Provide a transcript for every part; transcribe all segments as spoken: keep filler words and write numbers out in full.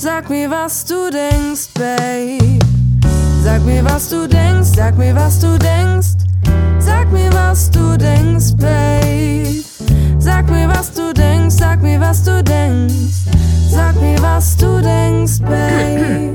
Sag mir, was du denkst, Babe. Sag mir, was du denkst, sag mir, was du denkst. Sag mir, was du denkst, Babe. Sag mir, was du denkst, sag mir, was du denkst. Sag mir, was du denkst, Babe.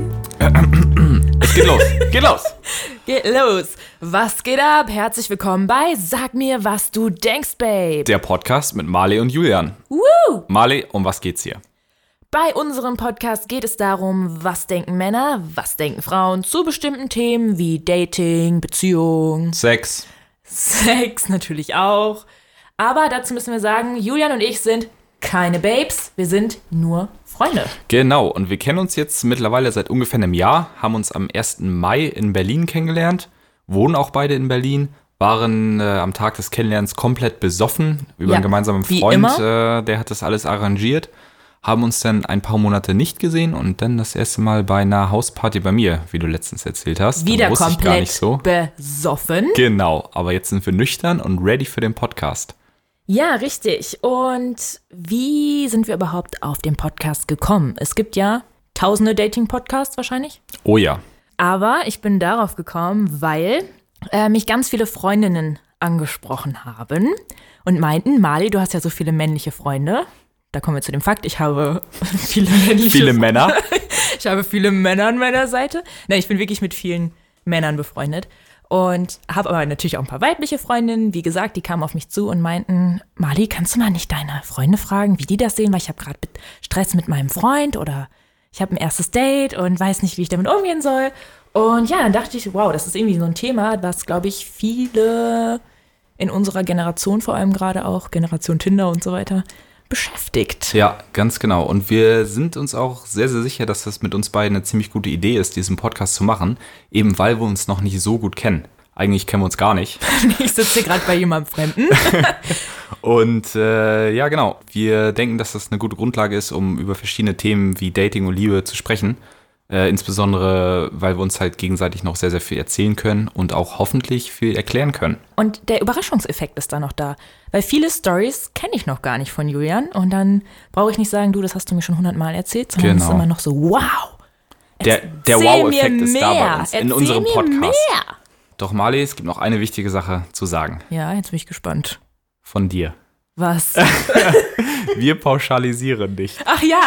Es geht los, geht los. Geht los. Was geht ab? Herzlich willkommen bei Sag mir, was du denkst, Babe. Der Podcast mit Marley und Julian. Woo! Marley, um was geht's hier? Bei unserem Podcast geht es darum, was denken Männer, was denken Frauen zu bestimmten Themen wie Dating, Beziehung, Sex. Sex natürlich auch. Aber dazu müssen wir sagen, Julian und ich sind keine Babes, wir sind nur Freunde. Genau, und wir kennen uns jetzt mittlerweile seit ungefähr einem Jahr, haben uns am ersten Mai in Berlin kennengelernt, wohnen auch beide in Berlin, waren äh, am Tag des Kennenlernens komplett besoffen über Ja, einen gemeinsamen wie Freund, immer. äh, der hat das alles arrangiert, haben uns dann ein paar Monate nicht gesehen und dann das erste Mal bei einer Hausparty bei mir, wie du letztens erzählt hast. Wieder Dann wusste ich gar komplett nicht so. besoffen. Genau, aber jetzt sind wir nüchtern und ready für den Podcast. Ja, richtig. Und wie sind wir überhaupt auf den Podcast gekommen? Es gibt ja tausende Dating-Podcasts wahrscheinlich. Oh ja. Aber ich bin darauf gekommen, weil äh, mich ganz viele Freundinnen angesprochen haben und meinten, Marley, du hast ja so viele männliche Freunde. Da kommen wir zu dem Fakt, ich habe viele männliche Viele Freunde. Männer. Ich habe viele Männer an meiner Seite. Nein, ich bin wirklich mit vielen Männern befreundet. Und habe aber natürlich auch ein paar weibliche Freundinnen. Wie gesagt, die kamen auf mich zu und meinten, Marley, kannst du mal nicht deine Freunde fragen, wie die das sehen? Weil ich habe gerade Stress mit meinem Freund oder ich habe ein erstes Date und weiß nicht, wie ich damit umgehen soll. Und ja, dann dachte ich, wow, das ist irgendwie so ein Thema, was, glaube ich, viele in unserer Generation, vor allem gerade auch, Generation Tinder und so weiter, beschäftigt. Ja, ganz genau. Und wir sind uns auch sehr, sehr sicher, dass das mit uns beiden eine ziemlich gute Idee ist, diesen Podcast zu machen, eben weil wir uns noch nicht so gut kennen. Eigentlich kennen wir uns gar nicht. Ich sitze hier gerade bei jemandem Fremden. Und äh, ja, genau. Wir denken, dass das eine gute Grundlage ist, um über verschiedene Themen wie Dating und Liebe zu sprechen. Äh, insbesondere, weil wir uns halt gegenseitig noch sehr, sehr viel erzählen können und auch hoffentlich viel erklären können. Und der Überraschungseffekt ist da noch da. Weil viele Storys kenne ich noch gar nicht von Julian. Und dann brauche ich nicht sagen, du, das hast du mir schon hundertmal erzählt, sondern Genau. es ist immer noch so, wow. Der, der Erzähl Wow-Effekt mir ist da bei mehr. uns in Erzähl unserem mir Podcast. mehr. Doch Marley, es gibt noch eine wichtige Sache zu sagen. Ja, jetzt bin ich gespannt. Von dir. Was? Wir pauschalisieren nicht. Ach ja.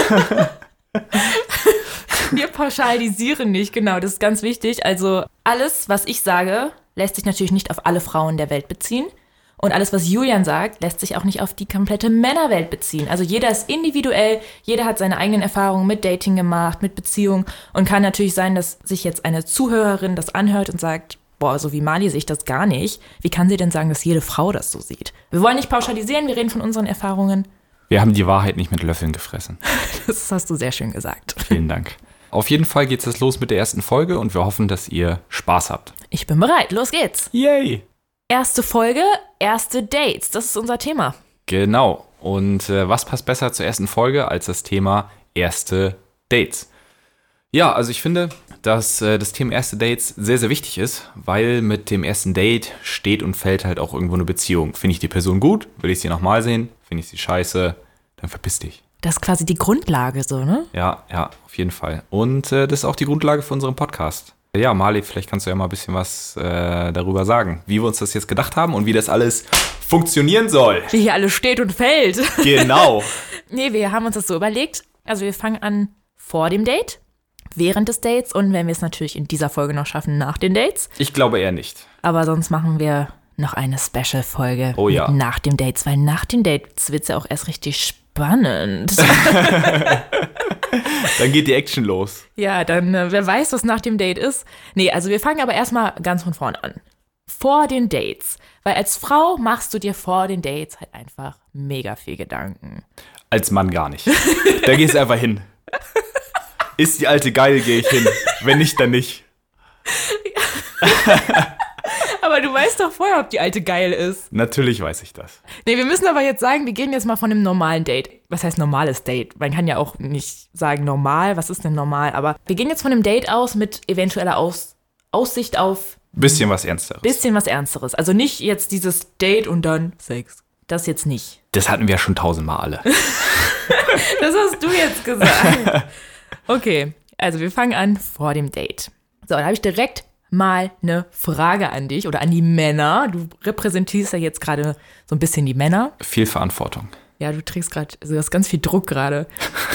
Wir pauschalisieren nicht, genau, das ist ganz wichtig. Also alles, was ich sage, lässt sich natürlich nicht auf alle Frauen der Welt beziehen. Und alles, was Julian sagt, lässt sich auch nicht auf die komplette Männerwelt beziehen. Also jeder ist individuell, jeder hat seine eigenen Erfahrungen mit Dating gemacht, mit Beziehungen. Und kann natürlich sein, dass sich jetzt eine Zuhörerin das anhört und sagt, boah, so wie Marley sehe ich das gar nicht. Wie kann sie denn sagen, dass jede Frau das so sieht? Wir wollen nicht pauschalisieren, wir reden von unseren Erfahrungen. Wir haben die Wahrheit nicht mit Löffeln gefressen. Das hast du sehr schön gesagt. Vielen Dank. Auf jeden Fall geht es los mit der ersten Folge und wir hoffen, dass ihr Spaß habt. Ich bin bereit, los geht's. Yay! Erste Folge, erste Dates, das ist unser Thema. Genau. Und äh, was passt besser zur ersten Folge als das Thema erste Dates? Ja, also ich finde, dass äh, das Thema erste Dates sehr, sehr wichtig ist, weil mit dem ersten Date steht und fällt halt auch irgendwo eine Beziehung. Finde ich die Person gut? Will ich sie nochmal sehen? Finde ich sie scheiße? Dann verpiss dich. Das ist quasi die Grundlage so, ne? Ja, ja, auf jeden Fall. Und äh, das ist auch die Grundlage für unseren Podcast. Ja, Marley, vielleicht kannst du ja mal ein bisschen was äh, darüber sagen, wie wir uns das jetzt gedacht haben und wie das alles funktionieren soll. Wie hier alles steht und fällt. Genau. Nee, wir haben uns das so überlegt. Also wir fangen an vor dem Date, während des Dates und wenn wir es natürlich in dieser Folge noch schaffen, nach den Dates. Ich glaube eher nicht. Aber sonst machen wir noch eine Special-Folge Oh ja. mit nach dem Dates, weil nach den Dates wird es ja auch erst richtig spannend. Dann geht die Action los. Ja, dann, äh, wer weiß, was nach dem Date ist. Nee, also wir fangen aber erstmal ganz von vorne an. Vor den Dates. Weil als Frau machst du dir vor den Dates halt einfach mega viel Gedanken. Als Mann gar nicht. Da gehst du einfach hin. Ist die alte geil, gehe ich hin. Wenn nicht, dann nicht. Aber du weißt doch vorher, ob die alte geil ist. Natürlich weiß ich das. Nee, wir müssen aber jetzt sagen, wir gehen jetzt mal von einem normalen Date. Was heißt normales Date? Man kann ja auch nicht sagen normal, was ist denn normal? Aber wir gehen jetzt von einem Date aus mit eventueller Aus- Aussicht auf Bisschen was Ernsteres. bisschen was Ernsteres. Also nicht jetzt dieses Date und dann Sex. Das jetzt nicht. Das hatten wir ja schon tausendmal alle. Das hast du jetzt gesagt. Okay, also wir fangen an vor dem Date. So, da habe ich direkt mal eine Frage an dich oder an die Männer. Du repräsentierst ja jetzt gerade so ein bisschen die Männer. Viel Verantwortung. Ja, du trägst gerade, also du hast ganz viel Druck gerade.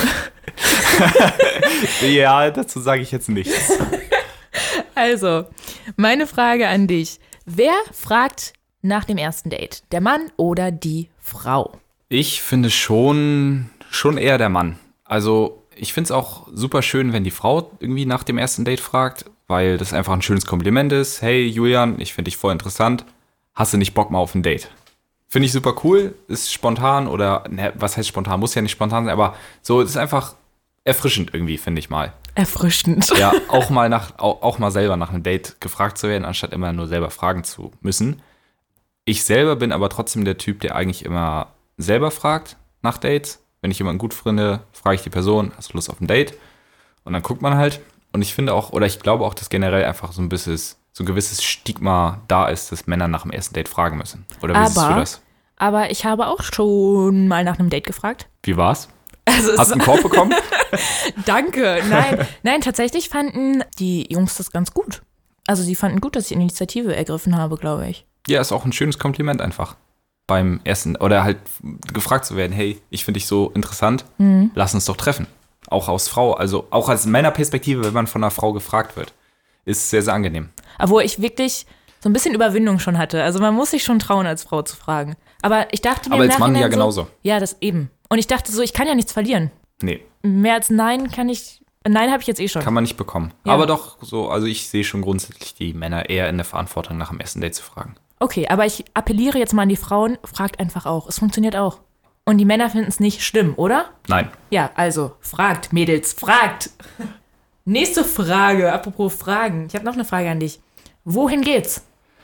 Ja, dazu sage ich jetzt nichts. Also, meine Frage an dich. Wer fragt nach dem ersten Date? Der Mann oder die Frau? Ich finde schon, schon eher der Mann. Also ich finde es auch super schön, wenn die Frau irgendwie nach dem ersten Date fragt, weil das einfach ein schönes Kompliment ist. Hey Julian, ich finde dich voll interessant. Hast du nicht Bock mal auf ein Date? Finde ich super cool, ist spontan oder, ne, was heißt spontan? Muss ja nicht spontan sein, aber so, es ist einfach erfrischend irgendwie, finde ich mal. Erfrischend. Ja, auch mal nach, auch, auch mal selber nach einem Date gefragt zu werden, anstatt immer nur selber fragen zu müssen. Ich selber bin aber trotzdem der Typ, der eigentlich immer selber fragt nach Dates. Wenn ich jemanden gut finde, frage ich die Person, hast du Lust auf ein Date? Und dann guckt man halt. Und ich finde auch, oder ich glaube auch, dass generell einfach so ein bisschen, so ein gewisses Stigma da ist, dass Männer nach dem ersten Date fragen müssen. Oder wie aber, siehst du das? Aber ich habe auch schon mal nach einem Date gefragt. Wie war's? Also Hast du einen Korb bekommen? Danke. Nein, nein, tatsächlich fanden die Jungs das ganz gut. Also sie fanden gut, dass ich Initiative ergriffen habe, glaube ich. Ja, ist auch ein schönes Kompliment einfach. Beim ersten, oder halt gefragt zu werden, hey, ich finde dich so interessant, mhm. lass uns doch treffen. Auch aus Frau, also auch als Männerperspektive, wenn man von einer Frau gefragt wird, ist sehr, sehr angenehm. Obwohl ich wirklich so ein bisschen Überwindung schon hatte. Also man muss sich schon trauen, als Frau zu fragen. Aber ich dachte mir Aber im als Mann ja so, genauso. Ja, das eben. Und ich dachte so, ich kann ja nichts verlieren. Nee. Mehr als Nein kann ich, Nein habe ich jetzt eh schon. Kann man nicht bekommen. Ja. Aber doch so, also ich sehe schon grundsätzlich die Männer eher in der Verantwortung, nach dem ersten Date zu fragen. Okay, aber ich appelliere jetzt mal an die Frauen, fragt einfach auch. Es funktioniert auch. Und die Männer finden es nicht schlimm, oder? Nein. Ja, also, fragt, Mädels, fragt. Nächste Frage, apropos Fragen. Ich habe noch eine Frage an dich. Wohin geht's?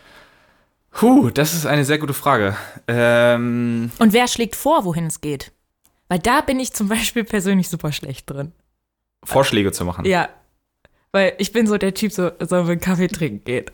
Puh, das ist eine sehr gute Frage. Ähm Und wer schlägt vor, wohin es geht? Weil da bin ich zum Beispiel persönlich super schlecht drin. Vorschläge zu machen? Ja, weil ich bin so der Typ, so, sollen wir einen Kaffee trinken gehen?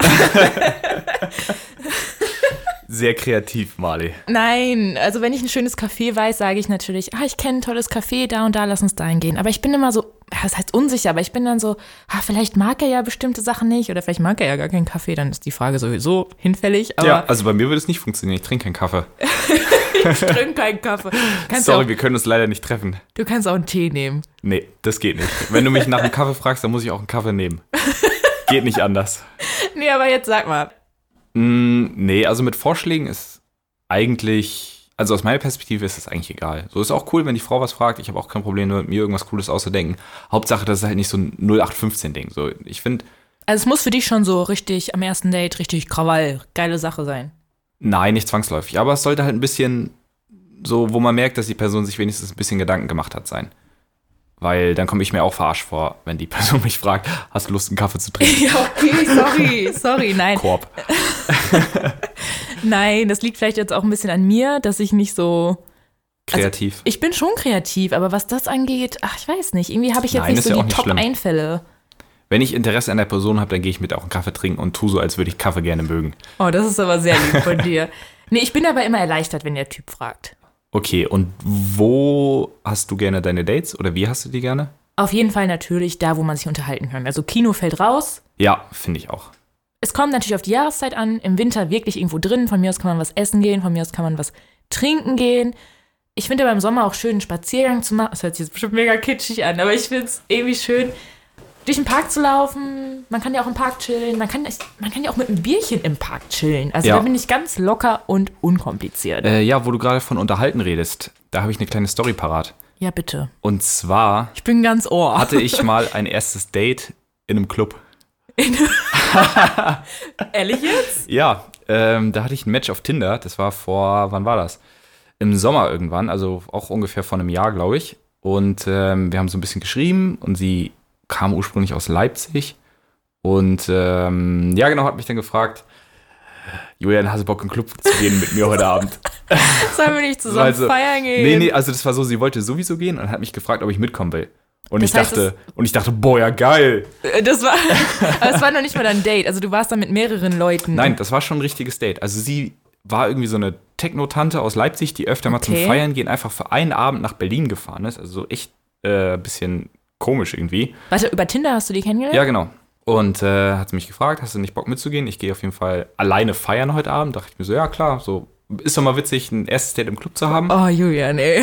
Sehr kreativ, Marley. Nein, also wenn ich ein schönes Café weiß, sage ich natürlich, ah, ich kenne ein tolles Café, da und da, lass uns dahin gehen. Aber ich bin immer so, das heißt unsicher, aber ich bin dann so, ah, vielleicht mag er ja bestimmte Sachen nicht oder vielleicht mag er ja gar keinen Kaffee, dann ist die Frage sowieso hinfällig. Aber ja, also bei mir würde es nicht funktionieren, ich trinke keinen Kaffee. Ich trinke keinen Kaffee. Kannst Sorry, auch, wir können uns leider nicht treffen. Du kannst auch einen Tee nehmen. Nee, das geht nicht. Wenn du mich nach einem Kaffee fragst, dann muss ich auch einen Kaffee nehmen. Geht nicht anders. Nee, aber jetzt sag mal. Mm, nee, also mit Vorschlägen ist eigentlich, also aus meiner Perspektive ist es eigentlich egal. So ist auch cool, wenn die Frau was fragt. Ich habe auch kein Problem, nur mit mir irgendwas Cooles auszudenken. Hauptsache, das ist halt nicht so ein null acht fünfzehn Ding. So, ich finde. Also es muss für dich schon so richtig am ersten Date richtig Krawall, geile Sache sein. Nein, nicht zwangsläufig. Aber es sollte halt ein bisschen so, wo man merkt, dass die Person sich wenigstens ein bisschen Gedanken gemacht hat, sein. Weil dann komme ich mir auch verarscht vor, wenn die Person mich fragt, hast du Lust, einen Kaffee zu trinken? Ja, okay, sorry, sorry, nein. Korb. Nein, das liegt vielleicht jetzt auch ein bisschen an mir, dass ich nicht so kreativ. Also, ich bin schon kreativ, aber was das angeht, ach, ich weiß nicht. Irgendwie habe ich jetzt Nein, nicht so ja die nicht Top-Einfälle. Wenn ich Interesse an der Person habe, dann gehe ich mit auch einen Kaffee trinken und tue so, als würde ich Kaffee gerne mögen. Oh, das ist aber sehr lieb von dir. Nee, ich bin aber immer erleichtert, wenn der Typ fragt. Okay, und wo hast du gerne deine Dates oder wie hast du die gerne? Auf jeden Fall natürlich da, wo man sich unterhalten kann. Also Kino fällt raus. Ja, finde ich auch. Es kommt natürlich auf die Jahreszeit an. Im Winter wirklich irgendwo drin. Von mir aus kann man was essen gehen, von mir aus kann man was trinken gehen. Ich finde aber im Sommer auch schön, einen Spaziergang zu machen. Das hört sich jetzt bestimmt mega kitschig an, aber ich finde es irgendwie schön, durch den Park zu laufen. Man kann ja auch im Park chillen. Man kann, man kann ja auch mit einem Bierchen im Park chillen. Also ja. Da bin ich ganz locker und unkompliziert. Äh, ja, wo du gerade von unterhalten redest, da habe ich eine kleine Story parat. Ja, bitte. Und zwar ich bin ganz ohr. hatte ich mal ein erstes Date in einem Club. In Ehrlich jetzt? Ja, ähm, da hatte ich ein Match auf Tinder. Das war vor, wann war das? Im Sommer irgendwann, also auch ungefähr vor einem Jahr, glaube ich. Und ähm, wir haben so ein bisschen geschrieben und sie kam ursprünglich aus Leipzig. Und ähm, ja, genau, hat mich dann gefragt, Julian, hast du Bock, in den Club zu gehen mit mir heute Abend? Sollen wir nicht zusammen also, feiern gehen? Nee, nee, also das war so, sie wollte sowieso gehen und hat mich gefragt, ob ich mitkommen will. Und das ich heißt, dachte, und ich dachte, boah, ja geil. Das war, aber es war noch nicht mal ein Date. Also du warst da mit mehreren Leuten. Nein, das war schon ein richtiges Date. Also sie war irgendwie so eine Techno-Tante aus Leipzig, die öfter mal okay. zum Feiern gehen einfach für einen Abend nach Berlin gefahren ist. Also so echt ein äh, bisschen komisch irgendwie. Warte, über Tinder hast du die kennengelernt? Ja, genau. Und äh, hat sie mich gefragt, hast du nicht Bock mitzugehen? Ich gehe auf jeden Fall alleine feiern heute Abend. Dachte ich mir so, ja klar, so ist doch mal witzig, ein erstes Date im Club zu haben. Oh, Julian, ey.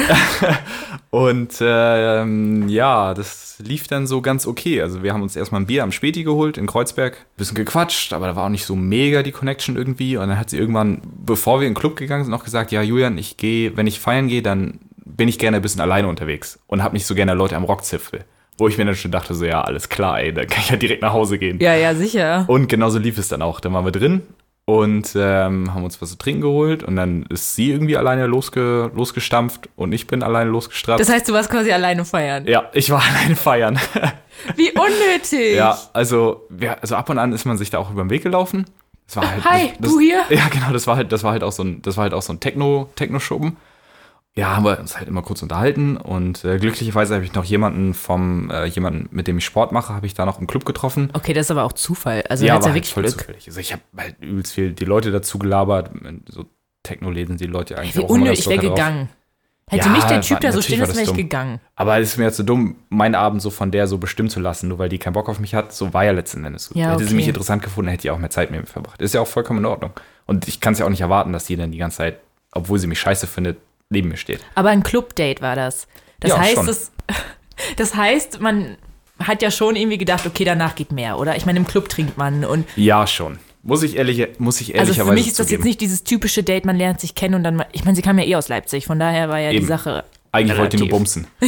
Und ähm, ja, das lief dann so ganz okay. Also wir haben uns erstmal ein Bier am Späti geholt in Kreuzberg. Bisschen gequatscht, aber da war auch nicht so mega die Connection irgendwie. Und dann hat sie irgendwann, bevor wir in den Club gegangen sind, noch gesagt, ja Julian, ich gehe, wenn ich feiern gehe, dann bin ich gerne ein bisschen alleine unterwegs. Und hab nicht so gerne Leute am Rockzipfel. Wo ich mir dann schon dachte, so ja, alles klar, ey, dann kann ich ja direkt nach Hause gehen. Ja, ja, sicher. Und genauso lief es dann auch. Dann waren wir drin und ähm, haben uns was zu trinken geholt. Und dann ist sie irgendwie alleine losge- losgestampft und ich bin alleine losgestratzt. Das heißt, du warst quasi alleine feiern? Ja, ich war alleine feiern. Wie unnötig. Ja, also, ja, also ab und an ist man sich da auch über den Weg gelaufen. Das war halt, Hi, das, du hier? Ja, genau, das war halt, das war halt auch so ein, das war halt auch so ein Techno, Techno-Schuppen. Ja, haben wir uns halt immer kurz unterhalten und äh, glücklicherweise habe ich noch jemanden vom, äh, jemanden, mit dem ich Sport mache, habe ich da noch im Club getroffen. Okay, das ist aber auch Zufall. Also ja, hat's war ja halt wirklich voll Glück. zufällig. Also ich habe halt übelst viel die Leute dazu gelabert. So Techno-Läden, die Leute eigentlich Wie auch immer unnötig, ganz ich wäre locker drauf. gegangen. Hätte Ja, mich der Typ war- da so natürlich stehen war lassen, das wäre ich dumm. gegangen. Aber es ist mir ja zu dumm, meinen Abend so von der so bestimmt zu lassen, nur weil die keinen Bock auf mich hat. So war ja letzten Endes. Ja, Hätte sie okay. mich interessant gefunden, hätte ich auch mehr Zeit mit mir verbracht. Ist ja auch vollkommen in Ordnung. Und ich kann es ja auch nicht erwarten, dass die dann die ganze Zeit, obwohl sie mich scheiße findet, neben mir steht. Aber ein Club-Date war das. Das Ja, heißt, schon. es, das heißt, man hat ja schon irgendwie gedacht, okay, danach geht mehr, oder? Ich meine, im Club trinkt man und Ja, schon. Muss ich, ehrlich, muss ich also ehrlicherweise für mich ist das zugeben. jetzt nicht dieses typische Date, man lernt sich kennen und dann, ich meine, sie kam ja eh aus Leipzig, von daher war ja Eben. die Sache, Eigentlich wollte ich nur relativ. bumsen.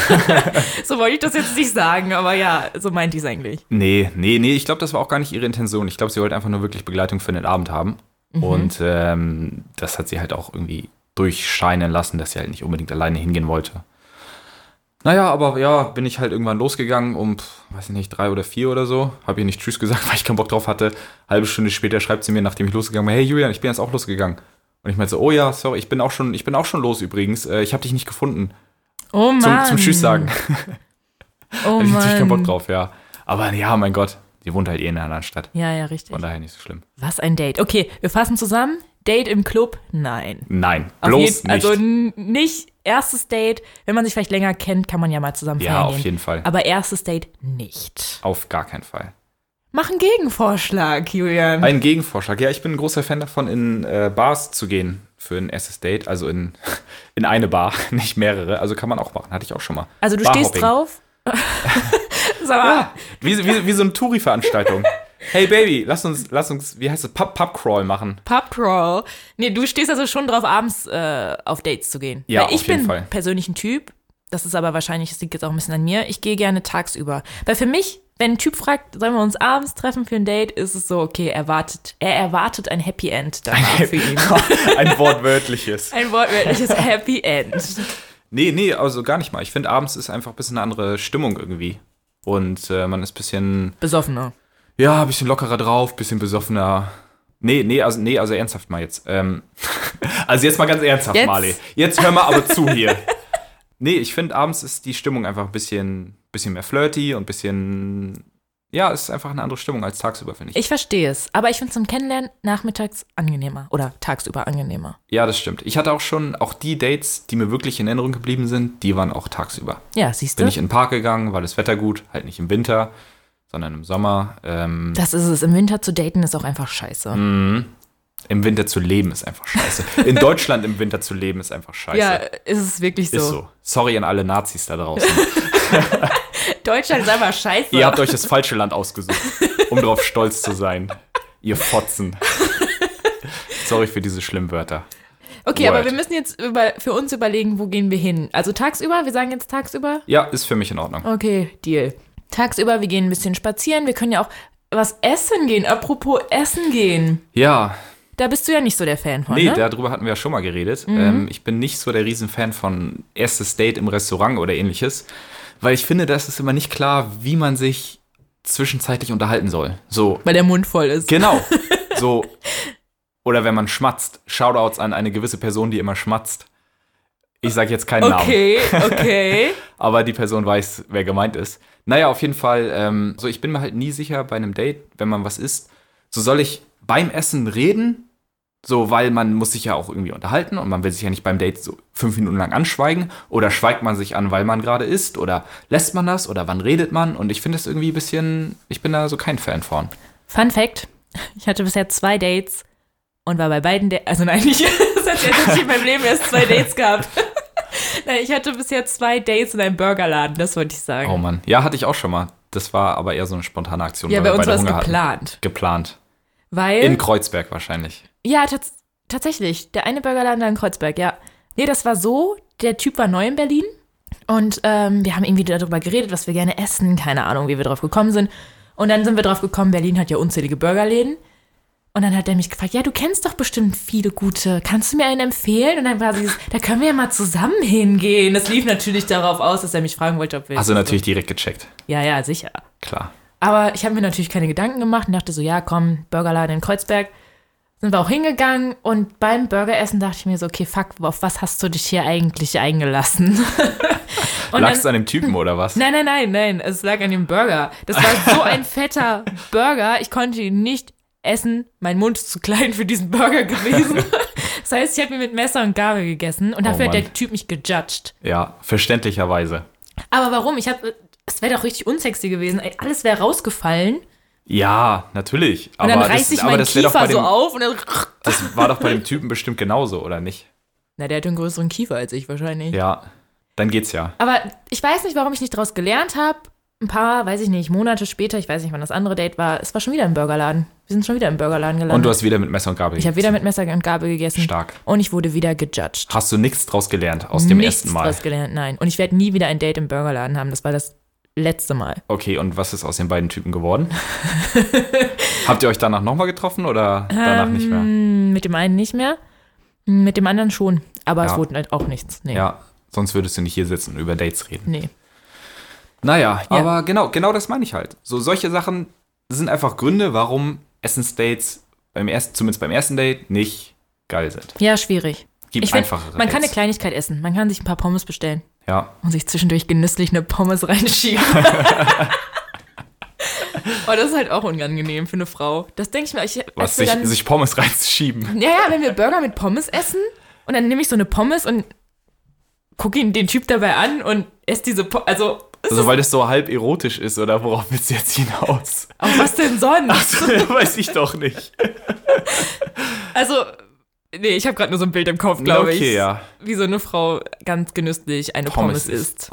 so wollte ich das jetzt nicht sagen, aber ja, so meint ich es eigentlich. Nee, nee, nee, ich glaube, das war auch gar nicht ihre Intention. Ich glaube, sie wollte einfach nur wirklich Begleitung für den Abend haben. Und ähm, das hat sie halt auch irgendwie durchscheinen lassen, dass sie halt nicht unbedingt alleine hingehen wollte. Naja, aber ja, bin ich halt irgendwann losgegangen um, pf, weiß ich nicht, drei oder vier oder so. Hab ihr nicht Tschüss gesagt, weil ich keinen Bock drauf hatte. Halbe Stunde später schreibt sie mir, nachdem ich losgegangen bin, hey Julian, ich bin jetzt auch losgegangen. Und ich meinte so, oh ja, sorry, ich bin auch schon, ich bin auch schon los übrigens. Äh, ich habe dich nicht gefunden. Oh Mann. Zum, zum Tschüss sagen. Oh Hatte ich natürlich keinen Bock Mann. drauf, ja. Aber ja, mein Gott, die wohnt halt eh in einer anderen Stadt. Ja, ja, richtig. Von daher nicht so schlimm. Was ein Date. Okay, wir fassen zusammen. Date im Club? Nein. Nein, Auf bloß jeden- nicht. Also n- nicht erstes Date. Wenn man sich vielleicht länger kennt, kann man ja mal zusammen Ja, feiern auf gehen. jeden Fall. Aber erstes Date nicht. Auf gar keinen Fall. Mach einen Gegenvorschlag, Julian. Ein Gegenvorschlag. Ja, ich bin ein großer Fan davon, in äh, Bars zu gehen für ein erstes Date. Also in, in eine Bar, nicht mehrere. Also kann man auch machen. Hatte ich auch schon mal. Also du Barhopping. stehst drauf? Sag mal, Ja, wie, wie, wie so eine Touri-Veranstaltung. Hey Baby, lass uns, lass uns, wie heißt es, Pub, Pub-Crawl machen. Pubcrawl. Nee, du stehst also schon drauf, abends äh, auf Dates zu gehen. Ja, Weil ich auf jeden bin Fall. persönlich ein Typ, das ist aber wahrscheinlich, das liegt jetzt auch ein bisschen an mir, ich gehe gerne tagsüber. Weil für mich, wenn ein Typ fragt, sollen wir uns abends treffen für ein Date, ist es so, okay, er wartet, er erwartet ein Happy End danach für ihn. Ein wortwörtliches. Ein wortwörtliches Happy End. Nee, nee, also gar nicht mal. Ich finde, abends ist einfach ein bisschen eine andere Stimmung irgendwie. Und äh, man ist ein bisschen, Besoffener. ja, ein bisschen lockerer drauf, ein bisschen besoffener. Nee, nee, also, nee, also ernsthaft mal jetzt. Ähm, also jetzt mal ganz ernsthaft, Jetzt? Marley. Jetzt hör mal aber zu hier. Nee, ich finde, abends ist die Stimmung einfach ein bisschen, bisschen mehr flirty und ein bisschen, ja, es ist einfach eine andere Stimmung als tagsüber, finde ich. Ich verstehe es, aber ich finde es zum Kennenlernen nachmittags angenehmer oder tagsüber angenehmer. Ja, das stimmt. Ich hatte auch schon, auch die Dates, die mir wirklich in Erinnerung geblieben sind, die waren auch tagsüber. Ja, siehst Bin du? ich in den Park gegangen, war das Wetter gut, halt nicht im Winter, sondern im Sommer. Ähm, Das ist es. Im Winter zu daten ist auch einfach scheiße. Im Winter zu leben ist einfach scheiße. In Deutschland im Winter zu leben ist einfach scheiße. Ja, ist es wirklich so. Ist so. Sorry an alle Nazis da draußen. Deutschland ist einfach scheiße. Ihr habt euch das falsche Land ausgesucht, um darauf stolz zu sein. Ihr Fotzen. Sorry für diese schlimmen Wörter. Okay, Word. aber wir müssen jetzt über, für uns überlegen, wo gehen wir hin. Also tagsüber, wir sagen jetzt tagsüber. Ja, ist für mich in Ordnung. Okay, Deal. Tagsüber, wir gehen ein bisschen spazieren. Wir können ja auch was essen gehen. Apropos essen gehen. Ja, Da bist du ja nicht so der Fan von, nee, ne? darüber hatten wir ja schon mal geredet. Ähm, ich bin nicht so der Riesenfan von erstes Date im Restaurant oder ähnliches, weil ich finde, das ist immer nicht klar, wie man sich zwischenzeitlich unterhalten soll. So, Weil der Mund voll ist. genau. So, oder wenn man schmatzt. Shoutouts an eine gewisse Person, die immer schmatzt. Ich sage jetzt keinen Namen. Okay, okay. Aber die Person weiß, wer gemeint ist. Naja, auf jeden Fall, ähm, so ich bin mir halt nie sicher bei einem Date, wenn man was isst, so soll ich beim Essen reden So, weil man muss sich ja auch irgendwie unterhalten und man will sich ja nicht beim Date so fünf Minuten lang anschweigen. Oder schweigt man sich an, weil man gerade isst? Oder lässt man das? Oder wann redet man? Und ich finde es irgendwie ein bisschen, ich bin da so kein Fan von. Fun Fact, ich hatte bisher zwei Dates und war bei beiden Dates, also nein, ich, das hat ja in meinem Leben erst zwei Dates gehabt. Nein, ich hatte bisher zwei Dates in einem Burgerladen, das wollte ich sagen. Oh Mann, ja, hatte ich auch schon mal. Das war aber eher so eine spontane Aktion. Ja, bei uns war es geplant. Hatten. Geplant. Weil? In Kreuzberg wahrscheinlich. Ja, tats- tatsächlich. Der eine Burgerladen da in Kreuzberg, ja. Nee, das war so, der Typ war neu in Berlin und ähm, wir haben irgendwie darüber geredet, was wir gerne essen. Keine Ahnung, wie wir drauf gekommen sind. Und dann sind wir drauf gekommen, Berlin hat ja unzählige Burgerläden. Und dann hat er mich gefragt, ja, du kennst doch bestimmt viele gute, kannst du mir einen empfehlen? Und dann war sie, da können wir ja mal zusammen hingehen. Das lief natürlich darauf aus, dass er mich fragen wollte, ob wir... Also natürlich so. Direkt gecheckt. Ja, ja, sicher. Klar. Aber ich habe mir natürlich keine Gedanken gemacht und dachte so, ja, komm, Burgerladen in Kreuzberg. Sind wir auch hingegangen und beim Burgeressen dachte ich mir so, okay, fuck, auf was hast du dich hier eigentlich eingelassen? Lag es an dem Typen oder was? Nein, nein, nein, nein, es lag an dem Burger. Das war so ein fetter Burger, ich konnte ihn nicht essen. Mein Mund ist zu klein für diesen Burger gewesen. Das heißt, ich habe ihn mit Messer und Gabel gegessen und dafür Oh hat der Typ mich gejudged. Ja, verständlicherweise. Aber warum? Ich habe, es wäre doch richtig unsexy gewesen. Ey, alles wäre rausgefallen. Ja, natürlich. Und dann reiß ich meinen Kiefer so auf und dann... Das war doch bei dem Typen bestimmt genauso, oder nicht? Na, der hat einen größeren Kiefer als ich wahrscheinlich. Ja, dann geht's ja. Aber ich weiß nicht, warum ich nicht draus gelernt habe. Ein paar, weiß ich nicht, Monate später, ich weiß nicht, wann das andere Date war, es war schon wieder im Burgerladen. Wir sind schon wieder im Burgerladen gelandet. Und du hast wieder mit Messer und Gabel gegessen. Ich habe wieder mit Messer und Gabel gegessen. Stark. Und ich wurde wieder gejudged. Hast du nichts draus gelernt aus dem nichts ersten Mal? Nichts draus gelernt, nein. Und ich werde nie wieder ein Date im Burgerladen haben. Das war das letzte Mal. Okay, und was ist aus den beiden Typen geworden? Habt ihr euch danach nochmal getroffen oder danach ähm, nicht mehr? Mit dem einen nicht mehr, mit dem anderen schon. Aber ja. Es wurde halt auch nichts. Nee. Ja, sonst würdest du nicht hier sitzen und über Dates reden. Nee. Naja, ja. aber genau, genau das meine ich halt. So solche Sachen sind einfach Gründe, warum Essensdates beim ersten, zumindest beim ersten Date nicht geil sind. Ja, schwierig. Gibt ich find, einfachere Man Dates. kann eine Kleinigkeit essen. Man kann sich ein paar Pommes bestellen. Ja. Und sich zwischendurch genüsslich eine Pommes reinschieben. Oh, das ist halt auch unangenehm für eine Frau. Das denke ich mir. Ich, Was, sich, dann, sich Pommes reinzuschieben? Ja, ja, wenn wir Burger mit Pommes essen und dann nehme ich so eine Pommes und gucke ihn den Typ dabei an und esse diese Pommes. Also, also weil das so halb erotisch ist, oder worauf willst du jetzt hinaus? Auf was denn sonst? Ach so, weiß ich doch nicht. Also, nee, ich habe gerade nur so ein Bild im Kopf, glaube okay, ich. Ja. Wie so eine Frau ganz genüsslich eine Pommes, Pommes isst.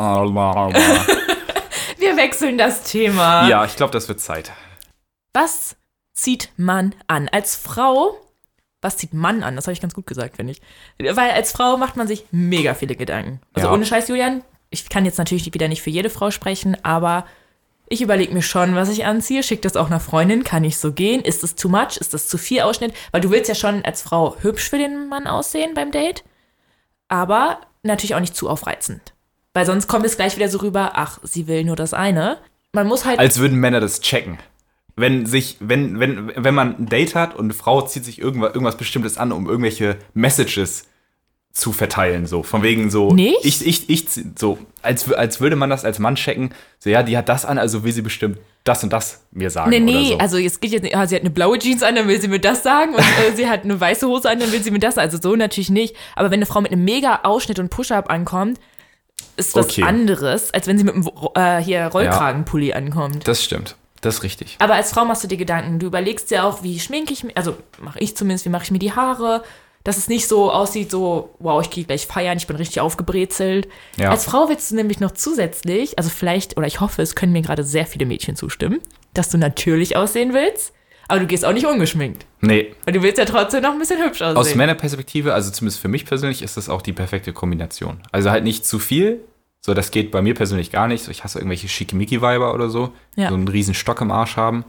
Wir wechseln das Thema. Ja, ich glaube, das wird Zeit. Was zieht man an? Als Frau, was zieht man an? Das habe ich ganz gut gesagt, finde ich. Weil als Frau macht man sich mega viele Gedanken. Also ja. Ohne Scheiß, Julian, ich kann jetzt natürlich wieder nicht für jede Frau sprechen, aber ich überlege mir schon, was ich anziehe. Schicke das auch einer Freundin, kann ich so gehen? Ist das too much? Ist das zu viel Ausschnitt? Weil du willst ja schon als Frau hübsch für den Mann aussehen beim Date, aber natürlich auch nicht zu aufreizend. Weil sonst kommt es gleich wieder so rüber, ach, sie will nur das eine. Man muss halt... Als würden Männer das checken. Wenn sich, wenn, wenn, wenn man ein Date hat und eine Frau zieht sich irgendwas, irgendwas Bestimmtes an, um irgendwelche Messages zu verteilen, so. Von wegen so... Nicht? Ich, ich, ich, so, als, als würde man das als Mann checken. So, ja, die hat das an, also will sie bestimmt das und das mir sagen. Nee, nee, oder so. Also es geht jetzt nicht, ah, sie hat eine blaue Jeans an, dann will sie mir das sagen. Und äh, sie hat eine weiße Hose an, dann will sie mir das sagen. Also so natürlich nicht. Aber wenn eine Frau mit einem mega Ausschnitt und Push-Up ankommt, ist was okay. anderes, als wenn sie mit einem äh, hier Rollkragenpulli ja, ankommt. Das stimmt. Das ist richtig. Aber als Frau machst du dir Gedanken. Du überlegst dir auch, wie schminke ich mir, also mache ich zumindest, wie mache ich mir die Haare, dass es nicht so aussieht, so, wow, ich gehe gleich feiern, ich bin richtig aufgebrezelt. Ja. Als Frau willst du nämlich noch zusätzlich, also vielleicht, oder ich hoffe, es können mir gerade sehr viele Mädchen zustimmen, dass du natürlich aussehen willst, aber du gehst auch nicht ungeschminkt. Nee. Weil du willst ja trotzdem noch ein bisschen hübsch aussehen. Aus meiner Perspektive, also zumindest für mich persönlich, ist das auch die perfekte Kombination. Also halt nicht zu viel, so das geht bei mir persönlich gar nicht. So, ich hasse irgendwelche Schickimicki-Weiber oder so, ja. So einen riesen Stock im Arsch haben.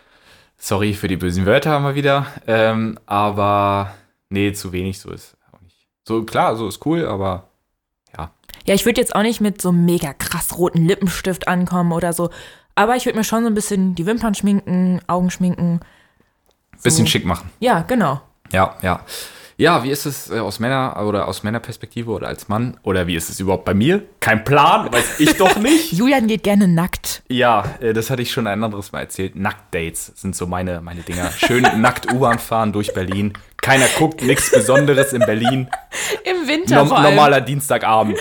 Sorry für die bösen Wörter mal wieder, ähm, aber nee, zu wenig, so ist auch nicht. So klar, so ist cool, aber ja. Ja, ich würde jetzt auch nicht mit so einem mega krass roten Lippenstift ankommen oder so, aber ich würde mir schon so ein bisschen die Wimpern schminken, Augen schminken. So. Bisschen schick machen. Ja, genau. Ja, ja. Ja, wie ist es äh, aus Männer- oder aus Männerperspektive oder als Mann? Oder wie ist es überhaupt bei mir? Kein Plan, weiß ich doch nicht. Julian geht gerne nackt. Ja, äh, das hatte ich schon ein anderes Mal erzählt. Nacktdates sind so meine, meine Dinger. Schön nackt U-Bahn fahren durch Berlin. Keiner guckt, nichts Besonderes in Berlin. Im Winter Norm- vor allem. Normaler Dienstagabend.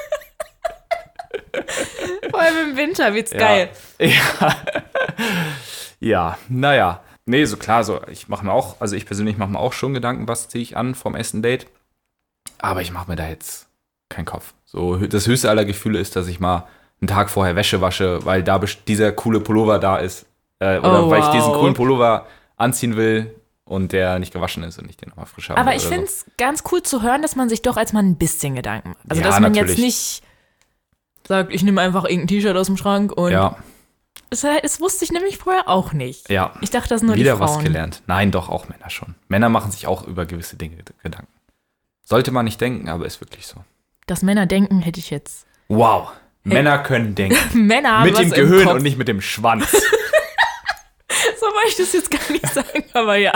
Vor allem im Winter wird's Ja. geil. Ja. Ja, naja. Nee, so klar, so ich mache mir auch, also ich persönlich mache mir auch schon Gedanken, was ziehe ich an vom ersten Date. Aber ich mache mir da jetzt keinen Kopf. So, das höchste aller Gefühle ist, dass ich mal einen Tag vorher Wäsche wasche, weil da best- dieser coole Pullover da ist. Äh, oder Oh, weil ich diesen wow. coolen Pullover anziehen will und der nicht gewaschen ist und ich den nochmal frisch habe. Aber ich oder finde es ganz cool zu hören, dass man sich doch als Mann ein bisschen Gedanken macht. Also, Ja, dass man natürlich. jetzt nicht sagt, ich nehme einfach irgendein T-Shirt aus dem Schrank und so. Ja, es, das wusste ich nämlich vorher auch nicht. ja. Ich dachte, das sind nur Wieder die Frauen. was gelernt. Nein, doch, auch Männer schon. Männer machen sich auch über gewisse Dinge Gedanken. Sollte man nicht denken, aber ist wirklich so. Dass Männer denken, hätte ich jetzt. Wow, Männer können denken. Männer haben Mit was dem im Gehirn Kopf. und nicht mit dem Schwanz. So wollte ich das jetzt gar nicht sagen, aber ja.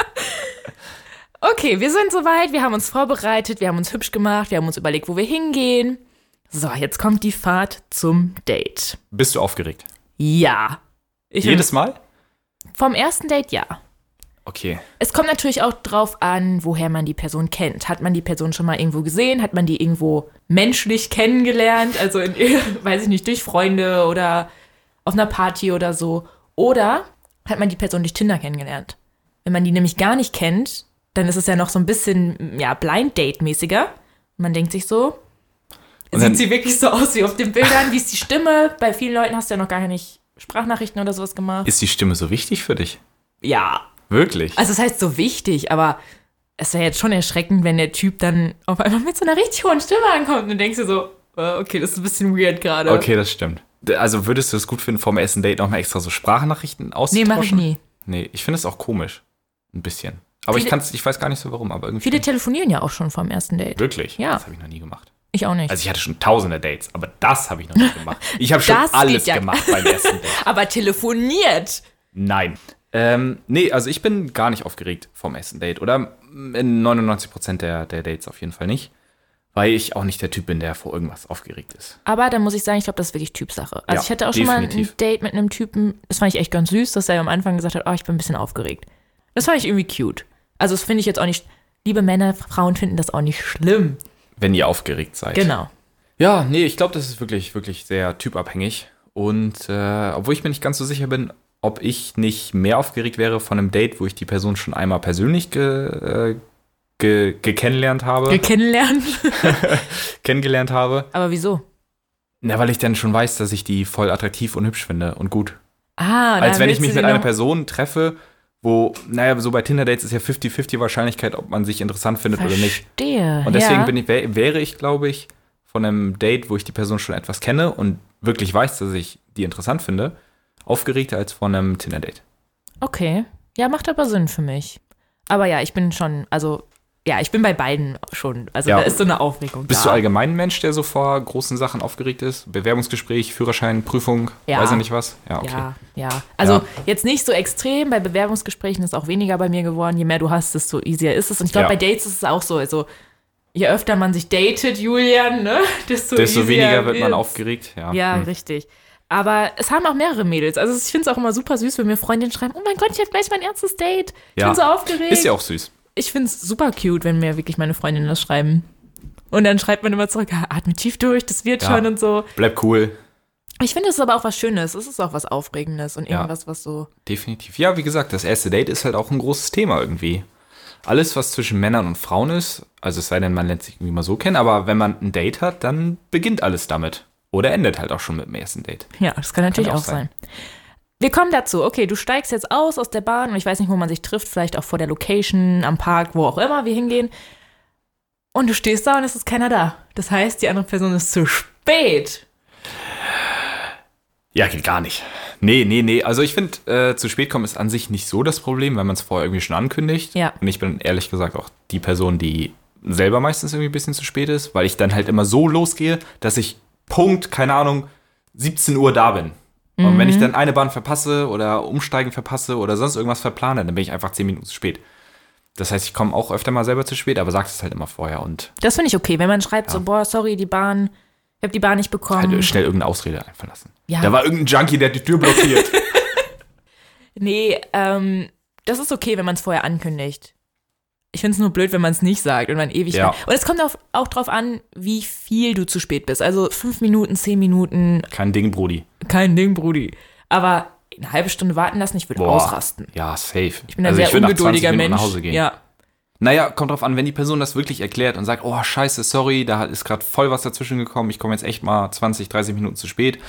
Okay, wir sind soweit, wir haben uns vorbereitet, wir haben uns hübsch gemacht, wir haben uns überlegt, wo wir hingehen. So, jetzt kommt die Fahrt zum Date. Bist du aufgeregt? Ja. Ich bin- Jedes Mal? Vom ersten Date ja. Okay. Es kommt natürlich auch drauf an, woher man die Person kennt. Hat man die Person schon mal irgendwo gesehen? Hat man die irgendwo menschlich kennengelernt? Also, in, weiß ich nicht, durch Freunde oder auf einer Party oder so. Oder hat man die Person durch Tinder kennengelernt? Wenn man die nämlich gar nicht kennt, dann ist es ja noch so ein bisschen, ja, Blind-Date-mäßiger. Man denkt sich so, Und dann- sieht sie wirklich so aus wie auf den Bildern? Wie ist die Stimme? Bei vielen Leuten hast du ja noch gar nicht Sprachnachrichten oder sowas gemacht. Ist die Stimme so wichtig für dich? Ja, Wirklich? also es heißt so wichtig, aber es wäre jetzt schon erschreckend, wenn der Typ dann auf einmal mit so einer richtig hohen Stimme ankommt und du denkst dir so, äh, okay, das ist ein bisschen weird gerade. Okay, das stimmt. Also würdest du es gut finden, vom ersten Date nochmal extra so Sprachnachrichten Nee, auszutauschen? mache ich nie. Nee, ich finde es auch komisch. Ein bisschen. Aber ich Viele- kann's, ich weiß gar nicht so warum, aber irgendwie. Viele telefonieren ja auch schon vom ersten Date. Wirklich? Ja. Das habe ich noch nie gemacht. Ich auch nicht. Also ich hatte schon tausende Dates, aber das habe ich noch nicht gemacht. Ich habe schon Das alles geht ja. gemacht beim ersten Date. Aber telefoniert. Nein. Ähm, nee, also ich bin gar nicht aufgeregt vom ersten Date. Oder in neunundneunzig Prozent der, der Dates auf jeden Fall nicht. Weil ich auch nicht der Typ bin, der vor irgendwas aufgeregt ist. Aber dann muss ich sagen, ich glaube, das ist wirklich Typsache. Also Ja, ich hatte auch schon mal definitiv. ein Date mit einem Typen, das fand ich echt ganz süß, dass er am Anfang gesagt hat, oh, ich bin ein bisschen aufgeregt. Das fand ich irgendwie cute. Also das finde ich jetzt auch nicht, liebe Männer, Frauen finden das auch nicht schlimm. Wenn ihr aufgeregt seid. Genau. Ja, nee, ich glaube, das ist wirklich, wirklich sehr typabhängig. Und äh, obwohl ich mir nicht ganz so sicher bin, ob ich nicht mehr aufgeregt wäre von einem Date, wo ich die Person schon einmal persönlich ge, äh, ge, gekennenlernt habe. Wir kennenlernen. kennengelernt habe. Aber wieso? Na, weil ich dann schon weiß, dass ich die voll attraktiv und hübsch finde und gut. Ah, Als dann wenn ich willst mich du mit sie einer noch- Person treffe, wo, naja, so bei Tinder-Dates ist ja fünfzig fünfzig Wahrscheinlichkeit, ob man sich interessant findet oder nicht. Verstehe. Und deswegen ja. bin ich, wär, wäre ich, glaube ich, von einem Date, wo ich die Person schon etwas kenne und wirklich weiß, dass ich die interessant finde, aufgeregter als von einem Tinder-Date. Okay. Ja, macht aber Sinn für mich. Aber ja, ich bin schon, also, ja, ich bin bei beiden schon. Also Ja. da ist so eine Aufregung Bist da. du allgemein ein Mensch, der so vor großen Sachen aufgeregt ist? Bewerbungsgespräch, Führerschein, Prüfung, Ja. weiß ich nicht was? Ja, okay. Ja, ja. Also Ja. jetzt nicht so extrem. Bei Bewerbungsgesprächen ist auch weniger bei mir geworden. Je mehr du hast, desto easier ist es. Und ich glaube, Ja. bei Dates ist es auch so. Also je öfter man sich datet, Julian, ne, desto, Desto easier weniger wird man wird's. aufgeregt. Ja, Ja, Hm. richtig. Aber es haben auch mehrere Mädels. Also ich finde es auch immer super süß, wenn mir Freundinnen schreiben, oh mein Gott, ich habe gleich mein erstes Date. Ich Ja. bin so aufgeregt. Ist ja auch süß. Ich finde es super cute, wenn mir wirklich meine Freundinnen das schreiben. Und dann schreibt man immer zurück, ja, atme tief durch, das wird Ja. schon und so. Bleib cool. Ich finde, es ist aber auch was Schönes. Es ist auch was Aufregendes und Ja. irgendwas, was so. Definitiv. Ja, wie gesagt, das erste Date ist halt auch ein großes Thema irgendwie. Alles, was zwischen Männern und Frauen ist, also es sei denn, man lernt sich irgendwie mal so kennen, aber wenn man ein Date hat, dann beginnt alles damit. Oder endet halt auch schon mit dem ersten Date. Ja, das kann natürlich Kann auch auch sein. Wir kommen dazu. Okay, du steigst jetzt aus aus der Bahn und ich weiß nicht, wo man sich trifft, vielleicht auch vor der Location, am Park, wo auch immer wir hingehen. Und du stehst da und es ist keiner da. Das heißt, die andere Person ist zu spät. Ja, geht gar nicht. Nee, nee, nee. Also ich finde, äh, zu spät kommen ist an sich nicht so das Problem, weil man es vorher irgendwie schon ankündigt. Ja. Und ich bin ehrlich gesagt auch die Person, die selber meistens irgendwie ein bisschen zu spät ist, weil ich dann halt immer so losgehe, dass ich Punkt, keine Ahnung, siebzehn Uhr da bin. Und wenn ich dann eine Bahn verpasse oder Umsteigen verpasse oder sonst irgendwas verplane, dann bin ich einfach zehn Minuten zu spät. Das heißt, ich komme auch öfter mal selber zu spät, aber sag's es halt immer vorher und Das finde ich okay, wenn man schreibt so, boah, sorry, die Bahn, ich habe die Bahn nicht bekommen. halt schnell irgendeine Ausrede einfallen lassen. Ja. Da war irgendein Junkie, der hat die Tür blockiert. Nee, ähm, das ist okay, wenn man es vorher ankündigt. Ich finde es nur blöd, wenn man es nicht sagt und man ewig. Ja. Und es kommt auch, auch drauf an, wie viel du zu spät bist. Also fünf Minuten, zehn Minuten, Kein Ding, Brudi. kein Ding, Brudi. Aber eine halbe Stunde warten lassen, ich würde Boah. ausrasten. Ja, safe. Ich bin ein also ich sehr würde nach ungeduldiger zwanzig Minuten Mensch. nach Hause gehen. Ja. Naja, kommt drauf an, wenn die Person das wirklich erklärt und sagt, oh, scheiße, sorry, da ist gerade voll was dazwischen gekommen, ich komme jetzt echt mal zwanzig, dreißig Minuten zu spät.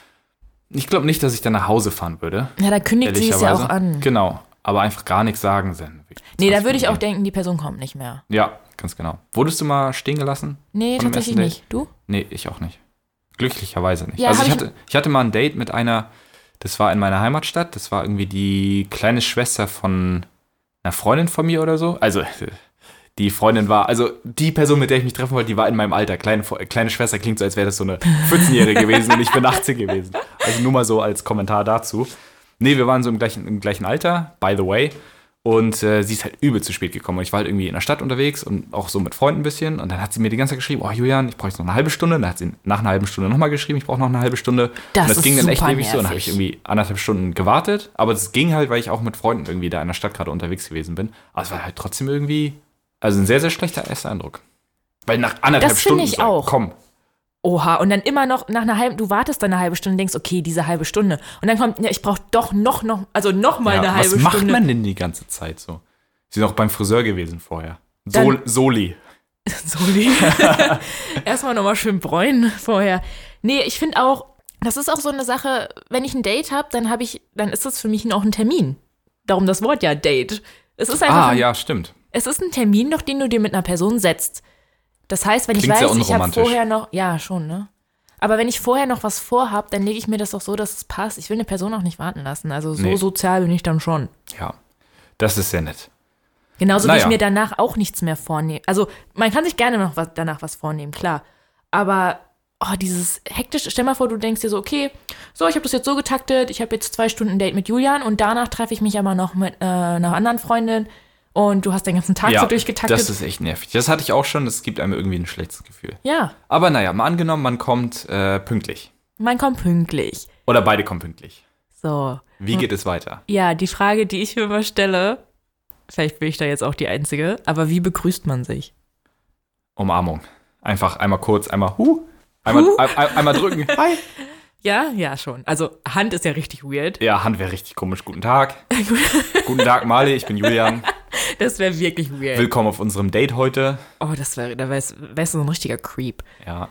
Ich glaube nicht, dass ich dann nach Hause fahren würde. Ja, da kündigt sie es ja auch ehrlicherweise. an. Genau, aber einfach gar nichts sagen. Dann Nee, da würde ich auch denken. denken, die Person kommt nicht mehr. Ja, ganz genau. Wurdest du mal stehen gelassen? Nee, Von dem tatsächlich ersten nicht. Du? Nee, ich auch nicht. Glücklicherweise nicht. Ja, also hab ich ich- hatte, ich hatte mal ein Date mit einer, das war in meiner Heimatstadt, das war irgendwie die kleine Schwester von einer Freundin von mir oder so. Also die Freundin war, also die Person, mit der ich mich treffen wollte, die war in meinem Alter. Kleine, kleine Schwester klingt so, als wäre das so eine vierzehnjährige gewesen und ich bin achtzehn gewesen. Also nur mal so als Kommentar dazu. Nee, wir waren so im gleichen, im gleichen Alter, by the way. Und äh, sie ist halt übel zu spät gekommen. Und ich war halt irgendwie in der Stadt unterwegs und auch so mit Freunden ein bisschen. Und dann hat sie mir die ganze Zeit geschrieben, oh Julian, ich brauche jetzt noch eine halbe Stunde. Dann hat sie nach einer halben Stunde nochmal geschrieben, ich brauche noch eine halbe Stunde. Das und das ist ging dann echt super ewig so. Dann habe ich nervig. irgendwie anderthalb Stunden gewartet. Aber es ging halt, weil ich auch mit Freunden irgendwie da in der Stadt gerade unterwegs gewesen bin. Aber es war halt trotzdem irgendwie, also ein sehr, sehr schlechter erster Eindruck. Weil nach anderthalb Das Stunden, finde ich so, auch. komm, Oha, und dann immer noch nach einer halben, du wartest dann eine halbe Stunde und denkst, okay, diese halbe Stunde. Und dann kommt, ja, ich brauche doch noch, noch, also noch mal ja, eine halbe was macht Stunde. man denn die ganze Zeit so? Sie sind auch beim Friseur gewesen vorher. Dann- Sol, Soli. Soli. Erstmal nochmal schön bräunen vorher. Nee, ich finde auch, das ist auch so eine Sache, wenn ich ein Date habe, dann habe ich, dann ist das für mich auch ein Termin. Darum das Wort ja Date. Es ist einfach Ah, ein, ja, stimmt. es ist ein Termin, doch den du dir mit einer Person setzt. Das heißt, wenn Klingt ich sehr weiß, ich habe unromantisch. vorher noch, ja schon, ne? Aber wenn ich vorher noch was vorhab, dann lege ich mir das doch so, dass es passt. Ich will eine Person auch nicht warten lassen. Also so Nee. sozial bin ich dann schon. Ja, das ist sehr nett. Genauso wie Naja. ich mir danach auch nichts mehr vornehme. Also man kann sich gerne noch was, danach was vornehmen, klar. Aber oh, dieses hektische, stell mal vor, du denkst dir so, okay, so, ich habe das jetzt so getaktet, ich habe jetzt zwei Stunden Date mit Julian und danach treffe ich mich aber noch mit äh, einer anderen Freundin und du hast den ganzen Tag Ja, so durchgetaktet. das ist echt nervig. Das hatte ich auch schon, das gibt einem irgendwie ein schlechtes Gefühl. Ja, Aber naja, mal angenommen, man kommt äh, pünktlich. man kommt pünktlich. Oder beide kommen pünktlich. So. Wie geht es weiter? Ja, die Frage, die ich mir immer stelle, vielleicht bin ich da jetzt auch die Einzige, aber wie begrüßt man sich? Umarmung. Einfach einmal kurz, einmal hu, einmal, Hu? ein, ein, einmal drücken. Hi. Ja, ja, schon. Also Hand ist ja richtig weird. Ja, Hand wäre richtig komisch. Guten Tag. Guten Tag, Mali, ich bin Julian. Das wäre wirklich weird. Willkommen auf unserem Date heute. Oh, das wäre, da wär's, wär's so ein richtiger Creep. Ja,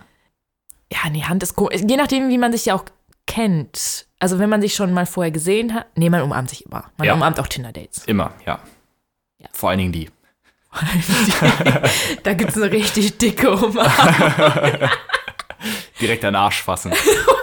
Ja, nee, Hand ist komisch. Je nachdem, wie man sich ja auch kennt. Also wenn man sich schon mal vorher gesehen hat. Nee, man umarmt sich immer. Man Ja. umarmt auch Tinder-Dates. immer, ja. Ja. Vor allen Dingen die. Da gibt's eine richtig dicke Umarmung. Direkt an den Arsch fassen.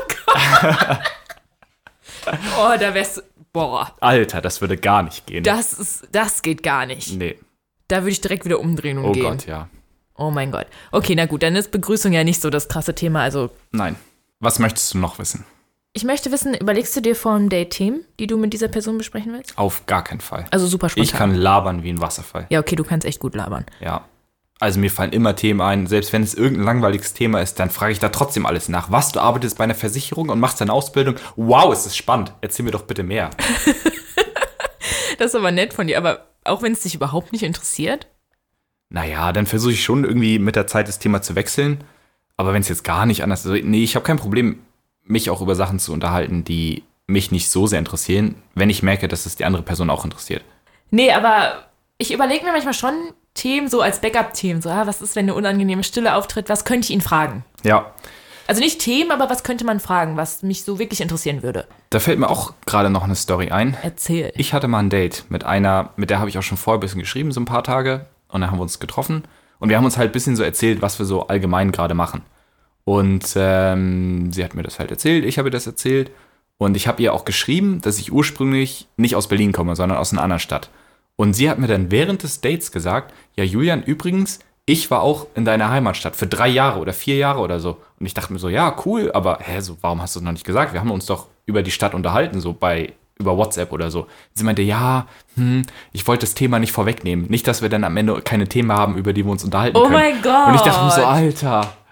Oh, da wär's, boah, Alter, das würde gar nicht gehen. das ist, das geht gar nicht. Nee. Da würde ich direkt wieder umdrehen und Oh gehen. Gott, ja. Oh mein Gott. Okay, na gut, dann ist Begrüßung ja nicht so das krasse Thema. Also Nein. Was möchtest du noch wissen? ich möchte wissen, überlegst du dir vor dem Date Themen, die du mit dieser Person besprechen willst? Auf gar keinen Fall. Also super spontan. Ich kann labern wie ein Wasserfall. Ja, okay, du kannst echt gut labern. Ja. Also mir fallen immer Themen ein. Selbst wenn es irgendein langweiliges Thema ist, dann frage ich da trotzdem alles nach. Was, du arbeitest bei einer Versicherung und machst deine Ausbildung? Wow, ist das spannend. Erzähl mir doch bitte mehr. Das ist aber nett von dir, aber auch wenn es dich überhaupt nicht interessiert? Naja, dann versuche ich schon irgendwie mit der Zeit das Thema zu wechseln. Aber wenn es jetzt gar nicht anders ist, nee, ich habe kein Problem, mich auch über Sachen zu unterhalten, die mich nicht so sehr interessieren, wenn ich merke, dass es die andere Person auch interessiert. Nee, aber ich überlege mir manchmal schon Themen so als Backup-Themen. So, ah, was ist, wenn eine unangenehme Stille auftritt? Was könnte ich ihn fragen? Ja, Also nicht Themen, aber was könnte man fragen, was mich so wirklich interessieren würde? da fällt mir auch gerade noch eine Story ein. Erzähl. Ich hatte mal ein Date mit einer, mit der habe ich auch schon vorher ein bisschen geschrieben, so ein paar Tage. Und dann haben wir uns getroffen. Und wir haben uns halt ein bisschen so erzählt, was wir so allgemein gerade machen. Und ähm, sie hat mir das halt erzählt, ich habe ihr das erzählt. Und ich habe ihr auch geschrieben, dass ich ursprünglich nicht aus Berlin komme, sondern aus einer anderen Stadt. Und sie hat mir dann während des Dates gesagt, ja Julian, übrigens, ich war auch in deiner Heimatstadt für drei Jahre oder vier Jahre oder so. Und ich dachte mir so, ja, cool, aber hä, so, warum hast du es noch nicht gesagt? Wir haben uns doch über die Stadt unterhalten, so bei über WhatsApp oder so. Sie meinte, ja, hm, ich wollte das Thema nicht vorwegnehmen. Nicht, dass wir dann am Ende keine Themen haben, über die wir uns unterhalten Oh können. mein Gott. Und ich dachte mir so, Alter,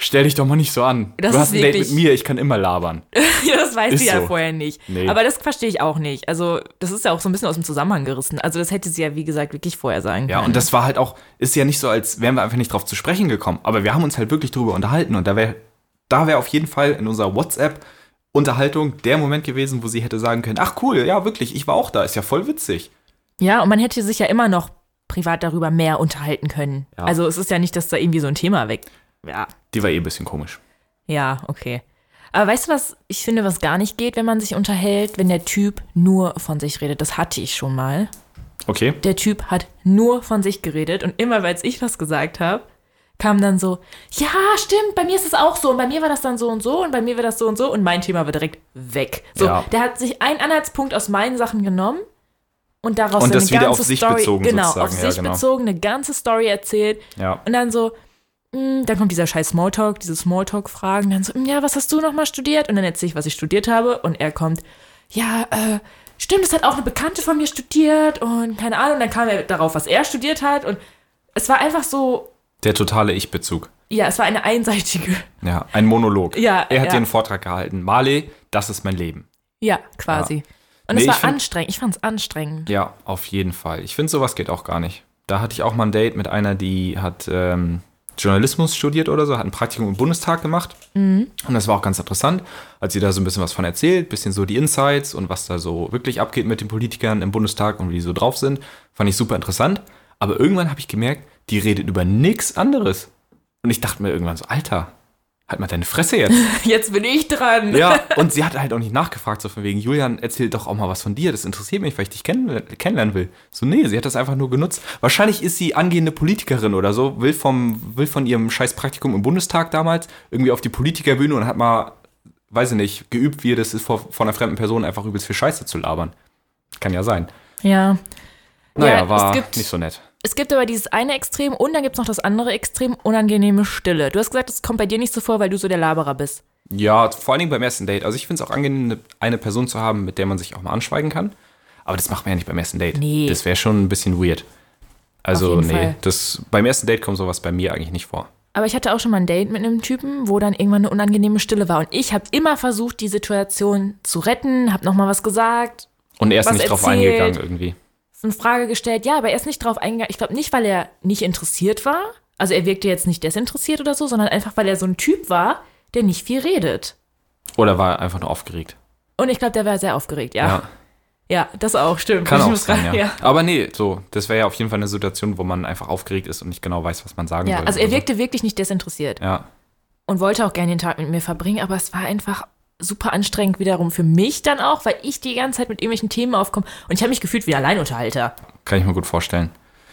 Stell dich doch mal nicht so an. Das du ist hast ein Date wirklich- mit mir, ich kann immer labern. Ja, das weiß Ist sie ja so. vorher nicht. Nee. Aber das verstehe ich auch nicht. Also, das ist ja auch so ein bisschen aus dem Zusammenhang gerissen. Also, das hätte sie ja, wie gesagt, wirklich vorher sagen Ja, können. und das war halt auch, ist ja nicht so, als wären wir einfach nicht drauf zu sprechen gekommen. Aber wir haben uns halt wirklich drüber unterhalten. Und da wäre da wär auf jeden Fall in unserer WhatsApp-Unterhaltung der Moment gewesen, wo sie hätte sagen können, ach cool, ja wirklich, ich war auch da, ist ja voll witzig. Ja, und man hätte sich ja immer noch privat darüber mehr unterhalten können. Ja. Also, es ist ja nicht, dass da irgendwie so ein Thema weg. Ja. Die war eh ein bisschen komisch. Ja, okay. Aber weißt du, was ich finde, was gar nicht geht, wenn man sich unterhält, wenn der Typ nur von sich redet? Das hatte ich schon mal. Okay. Der Typ hat nur von sich geredet und immer, weil ich was gesagt habe, kam dann so, ja, stimmt, bei mir ist es auch so und bei mir war das dann so und so und bei mir war das so und so und mein Thema war direkt weg. So, Ja. der hat sich einen Anhaltspunkt aus meinen Sachen genommen und daraus Und dann das eine wieder ganze auf sich Story, bezogen genau, sozusagen, auf ja, sich genau. bezogen, eine ganze Story erzählt Ja. und dann so, mh, dann kommt dieser scheiß Smalltalk, diese Smalltalk-Fragen, dann so, mh, ja, was hast du nochmal studiert? Und dann erzähle ich, was ich studiert habe und er kommt, ja, äh, stimmt, das hat auch eine Bekannte von mir studiert und keine Ahnung, dann kam er darauf, was er studiert hat und es war einfach so, Der totale Ich-Bezug. ja, es war eine einseitige, Ja, ein Monolog. Ja, Er hat ja. dir einen Vortrag gehalten. Marley, das ist mein Leben. ja, quasi. Ja. Und Nee, es war ich find- anstrengend, ich fand es anstrengend. Ja, auf jeden Fall. Ich finde, sowas geht auch gar nicht. Da hatte ich auch mal ein Date mit einer, die hat ähm, Journalismus studiert oder so, hat ein Praktikum im Bundestag gemacht. Und das war auch ganz interessant, als sie da so ein bisschen was von erzählt, bisschen so die Insights und was da so wirklich abgeht mit den Politikern im Bundestag und wie die so drauf sind. Fand ich super interessant. Aber irgendwann habe ich gemerkt, die redet über nichts anderes. Und ich dachte mir irgendwann so, Alter, halt mal deine Fresse jetzt. Jetzt bin ich dran. Ja, und sie hat halt auch nicht nachgefragt, so von wegen, Julian, erzähl doch auch mal was von dir, das interessiert mich, weil ich dich kenn kennenlernen will. So, nee, sie hat das einfach nur genutzt. Wahrscheinlich ist sie angehende Politikerin oder so, will, vom, will von ihrem scheiß Praktikum im Bundestag damals irgendwie auf die Politikerbühne und hat mal, weiß ich nicht, geübt, wie das ist, vor, vor einer fremden Person einfach übelst viel Scheiße zu labern. Kann ja sein. Ja. Naja, Ja, war es gibt- nicht so nett. Es gibt aber dieses eine Extrem und dann gibt es noch das andere Extrem, unangenehme Stille. Du hast gesagt, das kommt bei dir nicht so vor, weil du so der Laberer bist. Ja, vor allen Dingen beim ersten Date. Also ich finde es auch angenehm, eine Person zu haben, mit der man sich auch mal anschweigen kann. Aber das macht man ja nicht beim ersten Date. Nee. Das wäre schon ein bisschen weird. Also, Auf jeden nee, Fall. das, beim ersten Date kommt sowas bei mir eigentlich nicht vor. Aber ich hatte auch schon mal ein Date mit einem Typen, wo dann irgendwann eine unangenehme Stille war. Und ich habe immer versucht, die Situation zu retten, habe nochmal was gesagt, Und er ist Was nicht drauf erzählt. eingegangen irgendwie. eine Frage gestellt. Ja, aber er ist nicht drauf eingegangen. Ich glaube nicht, weil er nicht interessiert war. Also er wirkte jetzt nicht desinteressiert oder so, sondern einfach, weil er so ein Typ war, der nicht viel redet. Oder war er einfach nur aufgeregt. Und ich glaube, der war sehr aufgeregt, ja. Ja, Ja, das auch, stimmt. kann Ich auch muss sein, grad- ja. Aber nee, so, das wäre ja auf jeden Fall eine Situation, wo man einfach aufgeregt ist und nicht genau weiß, was man sagen Ja, soll. also er oder wirkte wirklich nicht desinteressiert. so. Ja, Und wollte auch gerne den Tag mit mir verbringen, aber es war einfach super anstrengend wiederum für mich dann auch, weil ich die ganze Zeit mit irgendwelchen Themen aufkomme und ich habe mich gefühlt wie ein Alleinunterhalter. kann ich mir gut vorstellen.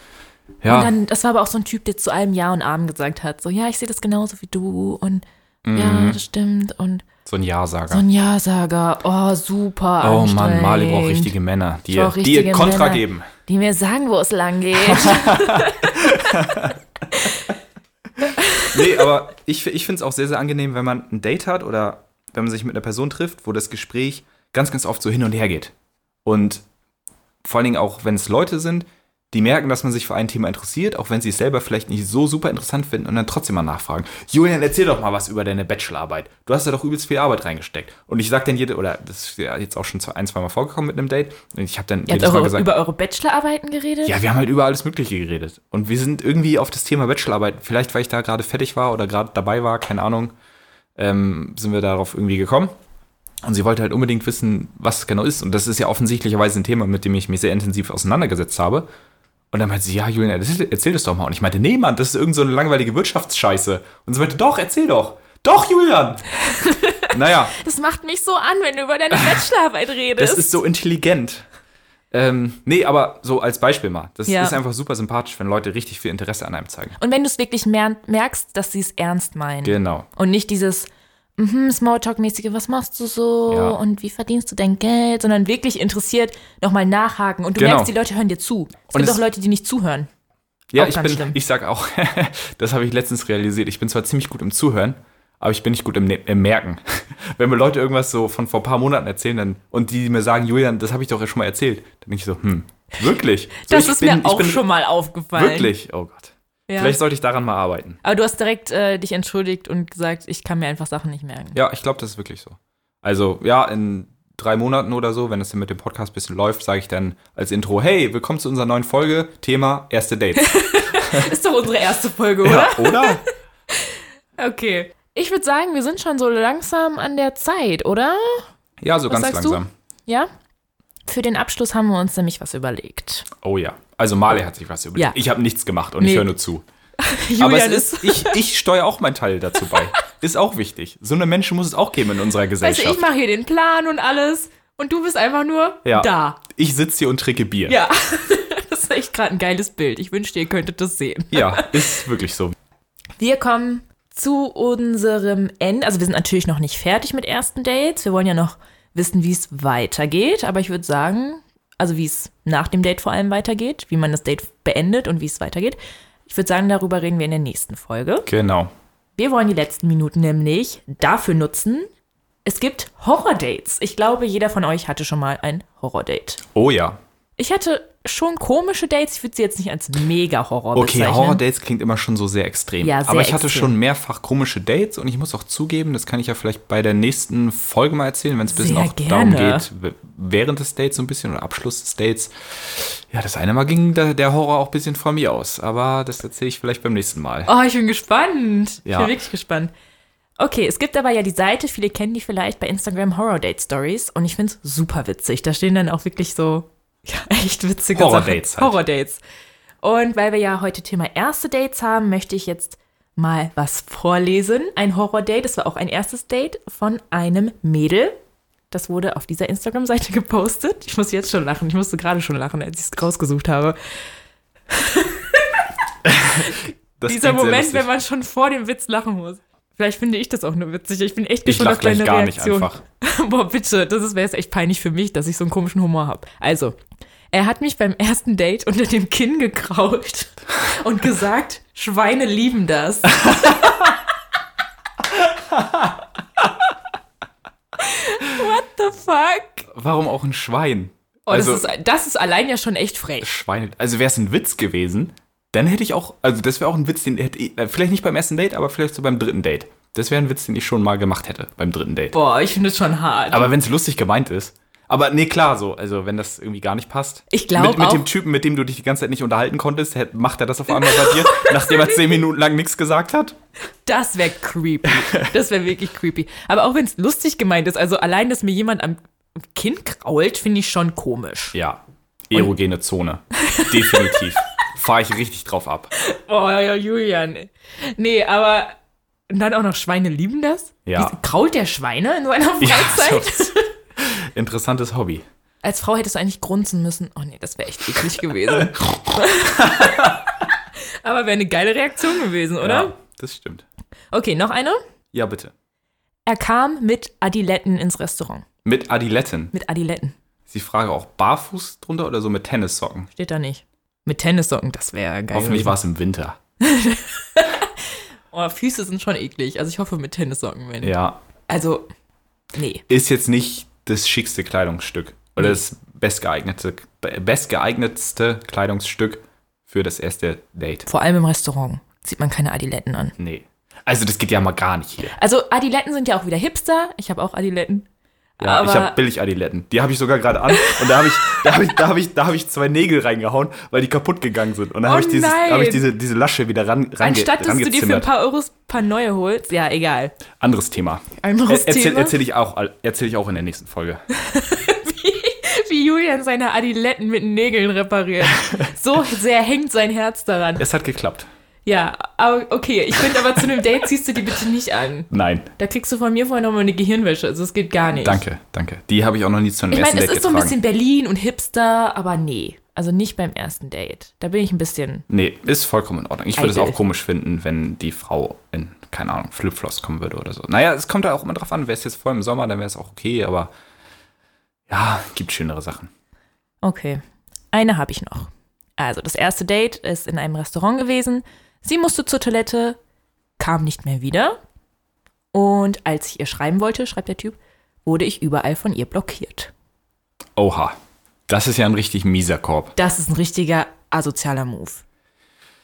Ja, Und dann, das war aber auch so ein Typ, der zu allem Ja und Amen gesagt hat. So, ja, ich sehe das genauso wie du und ja, das stimmt und so ein Ja-Sager. so ein Ja-Sager. Oh, super Oh anstrengend. Mann, Mali braucht richtige Männer, die, Ich ihr, brauch die ihr richtige Kontra Männer. geben. Die mir sagen, wo es lang geht. Nee, aber ich, ich finde es auch sehr, sehr angenehm, wenn man ein Date hat oder wenn man sich mit einer Person trifft, wo das Gespräch ganz, ganz oft so hin und her geht. Und vor allen Dingen auch, wenn es Leute sind, die merken, dass man sich für ein Thema interessiert, auch wenn sie es selber vielleicht nicht so super interessant finden und dann trotzdem mal nachfragen. Julian, erzähl doch mal was über deine Bachelorarbeit. Du hast da doch übelst viel Arbeit reingesteckt. Und ich sag dann jede, oder das ist ja jetzt auch schon ein, zwei Mal vorgekommen mit einem Date, und ich habe dann Ihr habt jedes Mal eure, gesagt, über eure Bachelorarbeiten geredet? ja, wir haben halt über alles Mögliche geredet. Und wir sind irgendwie auf das Thema Bachelorarbeit, vielleicht weil ich da gerade fertig war oder gerade dabei war, keine Ahnung, ähm, sind wir darauf irgendwie gekommen. Und sie wollte halt unbedingt wissen, was es genau ist. Und das ist ja offensichtlicherweise ein Thema, mit dem ich mich sehr intensiv auseinandergesetzt habe. Und dann meinte sie, ja, Julian, erzähl, erzähl das doch mal. Und ich meinte, nee, Mann, das ist irgend so eine langweilige Wirtschaftsscheiße. Und sie meinte, doch, erzähl doch. Doch, Julian! Naja, Das macht mich so an, wenn du über deine Bachelorarbeit redest. das ist so intelligent. Ähm, nee, aber so als Beispiel mal. Das Ja. ist einfach super sympathisch, wenn Leute richtig viel Interesse an einem zeigen. Und wenn du es wirklich mer- merkst, dass sie es ernst meinen. Genau. Und nicht dieses mhm, Smalltalk-mäßige, was machst du so Ja. und wie verdienst du dein Geld, sondern wirklich interessiert nochmal nachhaken. Und du Genau. merkst, die Leute hören dir zu. Es Und gibt es- auch Leute, die nicht zuhören. Ja, Auch ich ganz bin, schlimm. ich sag auch, das habe ich letztens realisiert. Ich bin zwar ziemlich gut im Zuhören, aber ich bin nicht gut im, Ne- im Merken. Wenn mir Leute irgendwas so von vor ein paar Monaten erzählen dann, und die mir sagen, Julian, das habe ich doch ja schon mal erzählt, dann bin ich so, hm, wirklich? So, Das ich ist bin, mir ich auch bin, schon mal aufgefallen. Wirklich? Oh Gott. Ja. Vielleicht sollte ich daran mal arbeiten. Aber du hast direkt äh, dich entschuldigt und gesagt, ich kann mir einfach Sachen nicht merken. Ja, ich glaube, das ist wirklich so. Also, ja, in drei Monaten oder so, wenn es dann mit dem Podcast ein bisschen läuft, sage ich dann als Intro, hey, willkommen zu unserer neuen Folge, Thema erste Dates. Ist doch unsere erste Folge, oder? Ja, oder? Okay. Ich würde sagen, wir sind schon so langsam an der Zeit, oder? Ja, so Was ganz sagst langsam. Du? Ja? Für den Abschluss haben wir uns nämlich was überlegt. Oh ja. Also Marley hat sich was überlegt. Ja. Ich habe nichts gemacht und Nee. ich höre nur zu. Julian Aber es ist, ich, ich steuere auch meinen Teil dazu bei. Ist auch wichtig. So eine Menschen muss es auch geben in unserer Weißt Gesellschaft. du, ich mache hier den Plan und alles und du bist einfach nur Ja. da. Ich sitze hier und trinke Bier. Ja, das ist echt gerade ein geiles Bild. Ich wünschte, ihr könntet das sehen. Ja, ist wirklich so. Wir kommen zu unserem Ende. Also wir sind natürlich noch nicht fertig mit ersten Dates. Wir wollen ja noch wissen, wie es weitergeht. Aber ich würde sagen, also wie es nach dem Date vor allem weitergeht, wie man das Date beendet und wie es weitergeht. Ich würde sagen, darüber reden wir in der nächsten Folge. Genau. Wir wollen die letzten Minuten nämlich dafür nutzen. Es gibt Horror-Dates. Ich glaube, jeder von euch hatte schon mal ein Horror-Date. Oh ja. Ich hatte schon komische Dates. Ich würde sie jetzt nicht als Mega-Horror Okay, bezeichnen. Horror-Dates klingt immer schon so sehr extrem. Ja, sehr Aber ich hatte extrem. schon mehrfach komische Dates und ich muss auch zugeben, das kann ich ja vielleicht bei der nächsten Folge mal erzählen, wenn es ein bisschen Sehr auch darum gerne. geht, w- während des Dates so ein bisschen oder Abschluss des Dates. Ja, das eine Mal ging der, der Horror auch ein bisschen von mir aus, aber das erzähle ich vielleicht beim nächsten Mal. Oh, ich bin gespannt. Ja. Ich bin wirklich gespannt. Okay, es gibt aber ja die Seite, viele kennen die vielleicht bei Instagram, Horror Date Stories. Und ich finde es super witzig. Da stehen dann auch wirklich so, ja, echt witzige Horror-Dates Sachen. halt. Horror-Dates. Und weil wir ja heute Thema erste Dates haben, möchte ich jetzt mal was vorlesen. Ein Horror-Date, das war auch ein erstes Date von einem Mädel. Das wurde auf dieser Instagram-Seite gepostet. Ich muss jetzt schon lachen. Ich musste gerade schon lachen, als ich es rausgesucht habe. Das Dieser klingt sehr Moment, lustig. wenn man schon vor dem Witz lachen muss. Vielleicht finde ich das auch nur witzig. Ich bin echt Ich gespannt lach auf deine gleich gar Reaktion. nicht einfach. Boah, bitte, das wäre jetzt echt peinlich für mich, dass ich so einen komischen Humor habe. Also, er hat mich beim ersten Date unter dem Kinn gekrault und gesagt, Schweine lieben das. What the fuck? Warum auch ein Schwein? Oh, also, das, ist, das ist allein ja schon echt frech. Schweine. Also wäre es ein Witz gewesen, dann hätte ich auch, also das wäre auch ein Witz, den hätte ich, äh, vielleicht nicht beim ersten Date, aber vielleicht so beim dritten Date. Das wäre ein Witz, den ich schon mal gemacht hätte beim dritten Date. Boah, ich finde es schon hart. Aber wenn es lustig gemeint ist. Aber nee, klar, so, also wenn das irgendwie gar nicht passt. Ich glaub mit, mit auch- dem Typen, mit dem du dich die ganze Zeit nicht unterhalten konntest, hätt- macht er das auf einmal bei dir, nachdem er zehn Minuten lang nichts gesagt hat? Das wäre creepy. Das wäre wirklich creepy. Aber auch wenn es lustig gemeint ist, also allein, dass mir jemand am Kinn krault, finde ich schon komisch. Ja, erogene Zone. Definitiv. Fahre ich richtig drauf ab. Oh ja, Julian. Nee, aber dann auch noch Schweine lieben das? Ja. Wie, krault der Schweine in so einer Ja, Freizeit? so. Interessantes Hobby. Als Frau hättest du eigentlich grunzen müssen. Oh nee, das wäre echt eklig gewesen. Aber wäre eine geile Reaktion gewesen, oder? Ja, das stimmt. Okay, noch eine. Ja, bitte. Er kam mit Adiletten ins Restaurant. Mit Adiletten. Mit Adiletten. Ist die Frage auch barfuß drunter oder so mit Tennissocken? Steht da nicht. Mit Tennissocken, das wäre geil. Hoffentlich gewesen. war es im Winter. Oh, Füße sind schon eklig. Also ich hoffe mit Tennissocken. Wenn. Ja. Also, nee. Ist jetzt nicht das schickste Kleidungsstück. Oder das bestgeeignete, bestgeeignetste Kleidungsstück für das erste Date. Vor allem im Restaurant sieht man keine Adiletten an. Nee. Also das geht ja mal gar nicht hier. Also Adiletten sind ja auch wieder Hipster. Ich habe auch Adiletten. Ja, aber ich habe billig Adiletten. Die habe ich sogar gerade an. Und da habe ich, da habe ich, da habe ich, da habe ich zwei Nägel reingehauen, weil die kaputt gegangen sind. Und dann Oh habe ich dieses, nein. habe ich diese, diese Lasche wieder ran, range, anstatt dass du dir für ein rangezimmert. paar Euros ein paar neue holst, ja, egal. Anderes Thema. Anderes Er, erzähl, Thema. Erzähle ich, auch, erzähl ich auch in der nächsten Folge. Wie Julian seine Adiletten mit Nägeln repariert. So sehr hängt sein Herz daran. Es hat geklappt. Ja, aber okay, ich finde aber zu einem Date ziehst du die bitte nicht an. Nein. Da kriegst du von mir vorher nochmal eine Gehirnwäsche, also es geht gar nicht. Danke, danke. Die habe ich auch noch nie zu einem Ich ersten meine, es Date ist so ein getragen. bisschen Berlin und Hipster, aber nee. Also nicht beim ersten Date. Da bin ich ein bisschen. Nee, ist vollkommen in Ordnung. Ich würde es Eitel. auch komisch finden, wenn die Frau in, keine Ahnung, Flipflops kommen würde oder so. Naja, es kommt da auch immer drauf an. Wäre es jetzt voll im Sommer, dann wäre es auch okay, aber ja, gibt schönere Sachen. Okay. Eine habe ich noch. Also, das erste Date ist in einem Restaurant gewesen. Sie musste zur Toilette, kam nicht mehr wieder. Und als ich ihr schreiben wollte, schreibt der Typ, wurde ich überall von ihr blockiert. Oha, das ist ja ein richtig mieser Korb. Das ist ein richtiger asozialer Move.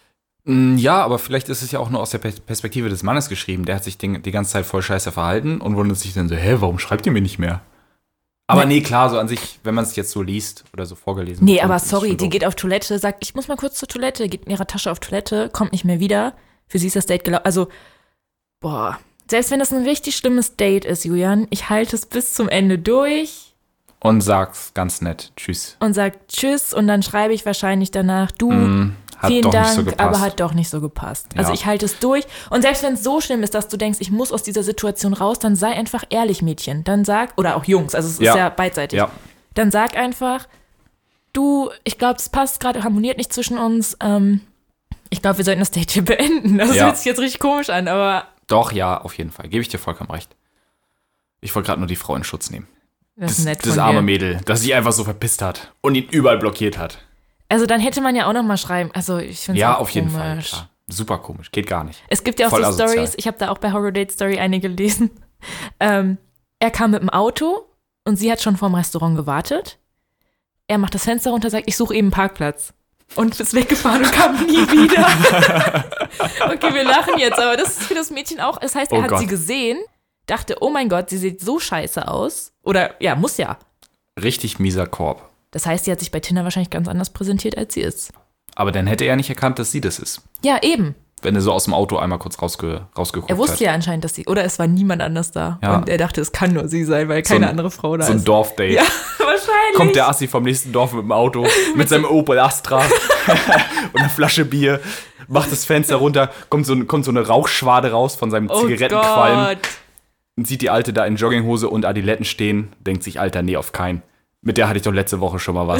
Mm, Ja, aber vielleicht ist es ja auch nur aus der Pers- Perspektive des Mannes geschrieben. Der hat sich den, die ganze Zeit voll scheiße verhalten und wundert sich dann so, hä, warum schreibt ihr mir nicht mehr? Aber nee, klar, so an sich, wenn man es jetzt so liest oder so vorgelesen Nee, bekommt, aber ist es sorry, schon die doof. geht auf Toilette, sagt, ich muss mal kurz zur Toilette, geht in ihrer Tasche auf Toilette, kommt nicht mehr wieder. Für sie ist das Date gelaufen. Also, boah, selbst wenn das ein richtig schlimmes Date ist, Julian, ich halte es bis zum Ende durch Und sag's ganz nett, tschüss. und sag Tschüss und dann schreibe ich wahrscheinlich danach, du, Mm, hat vielen doch Dank, nicht so gepasst. aber hat doch nicht so gepasst. Also Ja. ich halte es durch. Und selbst wenn es so schlimm ist, dass du denkst, ich muss aus dieser Situation raus, dann sei einfach ehrlich, Mädchen. Dann sag, oder auch Jungs, also es Ja. ist ja beidseitig. Ja. Dann sag einfach, du, ich glaube, es passt gerade, harmoniert nicht zwischen uns. Ähm, ich glaube, wir sollten das Date hier beenden. Das Ja. hört sich jetzt richtig komisch an, aber Doch, ja, auf jeden Fall. Gebe ich dir vollkommen recht. Ich wollte gerade nur die Frau in Schutz nehmen. das ist Das, nett das von arme dir. Mädel, das sich einfach so verpisst hat und ihn überall blockiert hat. Also dann hätte man ja auch noch mal schreiben. Also ich finde es Ja, auch auf jeden komisch. Fall. Klar. Super komisch, geht gar nicht. Es gibt ja auch Voll so asozial. Stories, ich habe da auch bei Horror Date Story eine gelesen. Ähm, er kam mit dem Auto und sie hat schon vorm Restaurant gewartet. Er macht das Fenster runter, sagt, ich suche eben einen Parkplatz. Und ist weggefahren und kam nie wieder. Okay, wir lachen jetzt, aber das ist für das Mädchen auch, das heißt, er Oh hat Gott. sie gesehen, dachte, oh mein Gott, sie sieht so scheiße aus. Oder, ja, muss ja. Richtig mieser Korb. Das heißt, sie hat sich bei Tinder wahrscheinlich ganz anders präsentiert, als sie ist. Aber dann hätte er nicht erkannt, dass sie das ist. Ja, eben. Wenn er so aus dem Auto einmal kurz rausge rausgeguckt Er wusste hat. ja anscheinend, dass sie, oder es war niemand anders da. Ja. Und er dachte, es kann nur sie sein, weil So keine ein- andere Frau da So ein ist. Dorfdate. Ja, wahrscheinlich. Kommt der Assi vom nächsten Dorf mit dem Auto, mit seinem Opel Astra und einer Flasche Bier, macht das Fenster runter, kommt so, ein- kommt so eine Rauchschwade raus von seinem Oh Zigarettenqualm Gott. und sieht die Alte da in Jogginghose und Adiletten stehen, denkt sich, Alter, nee, auf keinen. Mit der hatte ich doch letzte Woche schon mal was.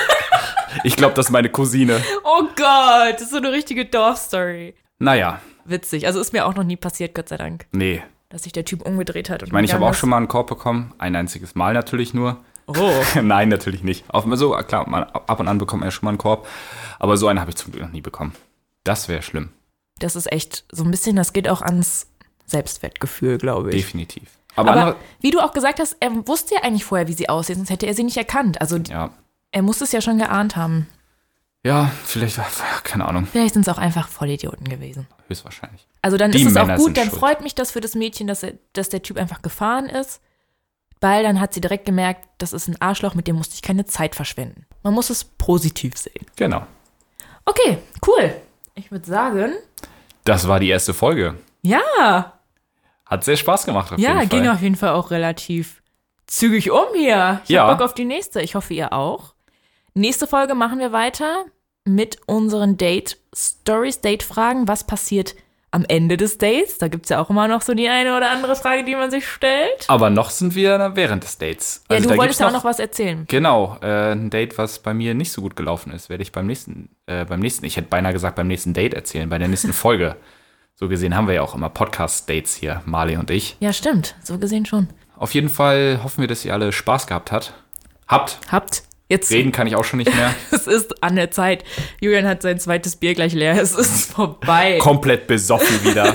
Ich glaube, das ist meine Cousine. Oh Gott, das ist so eine richtige Dorfstory. Naja, Witzig. Also ist mir auch noch nie passiert, Gott sei Dank, nee. dass sich der Typ umgedreht hat. Und Ich meine, ich habe gegangen auch schon mal einen Korb bekommen, ein einziges Mal natürlich nur. ist. Oh. Nein, natürlich nicht. Auf, so, klar, man, ab und an bekommt man ja schon mal einen Korb, aber so einen habe ich zum Glück noch nie bekommen. Das wäre schlimm, Das ist echt so ein bisschen, das geht auch ans Selbstwertgefühl, glaube ich. definitiv. Aber, Aber andere, wie du auch gesagt hast, er wusste ja eigentlich vorher, wie sie aussieht, sonst hätte er sie nicht erkannt. Also ja, er muss es ja schon geahnt haben. ja, vielleicht, war- keine Ahnung, Vielleicht sind es auch einfach Vollidioten gewesen. höchstwahrscheinlich. Also dann Die ist es auch Männer gut, sind dann schuld. freut mich das für das Mädchen, dass, er, dass der Typ einfach gefahren ist, weil dann hat sie direkt gemerkt, das ist ein Arschloch, mit dem musste ich keine Zeit verschwenden. Man muss es positiv sehen. Genau. Okay, cool. Ich würde sagen, Das war die erste Folge. ja, Hat sehr Spaß gemacht auf ja, jeden ging Fall. auf jeden Fall auch relativ zügig um hier. Ich Ja. hab Bock auf die nächste. Ich hoffe, ihr auch. Nächste Folge machen wir weiter mit unseren Date-Stories, Date-Fragen. Was passiert am Ende des Dates? Da gibt es ja auch immer noch so die eine oder andere Frage, die man sich stellt. Aber noch sind wir während des Dates. Ja, Also du da wolltest gibt's ja auch noch was erzählen. Genau, äh, ein Date, was bei mir nicht so gut gelaufen ist, werde ich beim nächsten, äh, beim nächsten, ich hätte beinahe gesagt, beim nächsten Date erzählen, bei der nächsten Folge. So gesehen haben wir ja auch immer Podcast-Dates hier, Marley und ich. Ja, stimmt. So gesehen schon. Auf jeden Fall hoffen wir, dass ihr alle Spaß gehabt habt. Habt. Habt. Jetzt, Reden kann ich auch schon nicht mehr. es ist an der Zeit. Julian hat sein zweites Bier gleich leer. Es ist vorbei. Komplett besoffen wieder.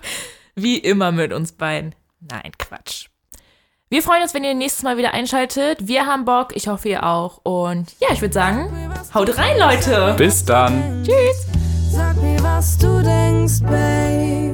Wie immer mit uns beiden. Nein, Quatsch. Wir freuen uns, wenn ihr nächstes Mal wieder einschaltet. Wir haben Bock, ich hoffe ihr auch. Und ja, ich würde sagen, haut rein, Leute. Bis dann. Tschüss. Sag mir, was du denkst, Babe.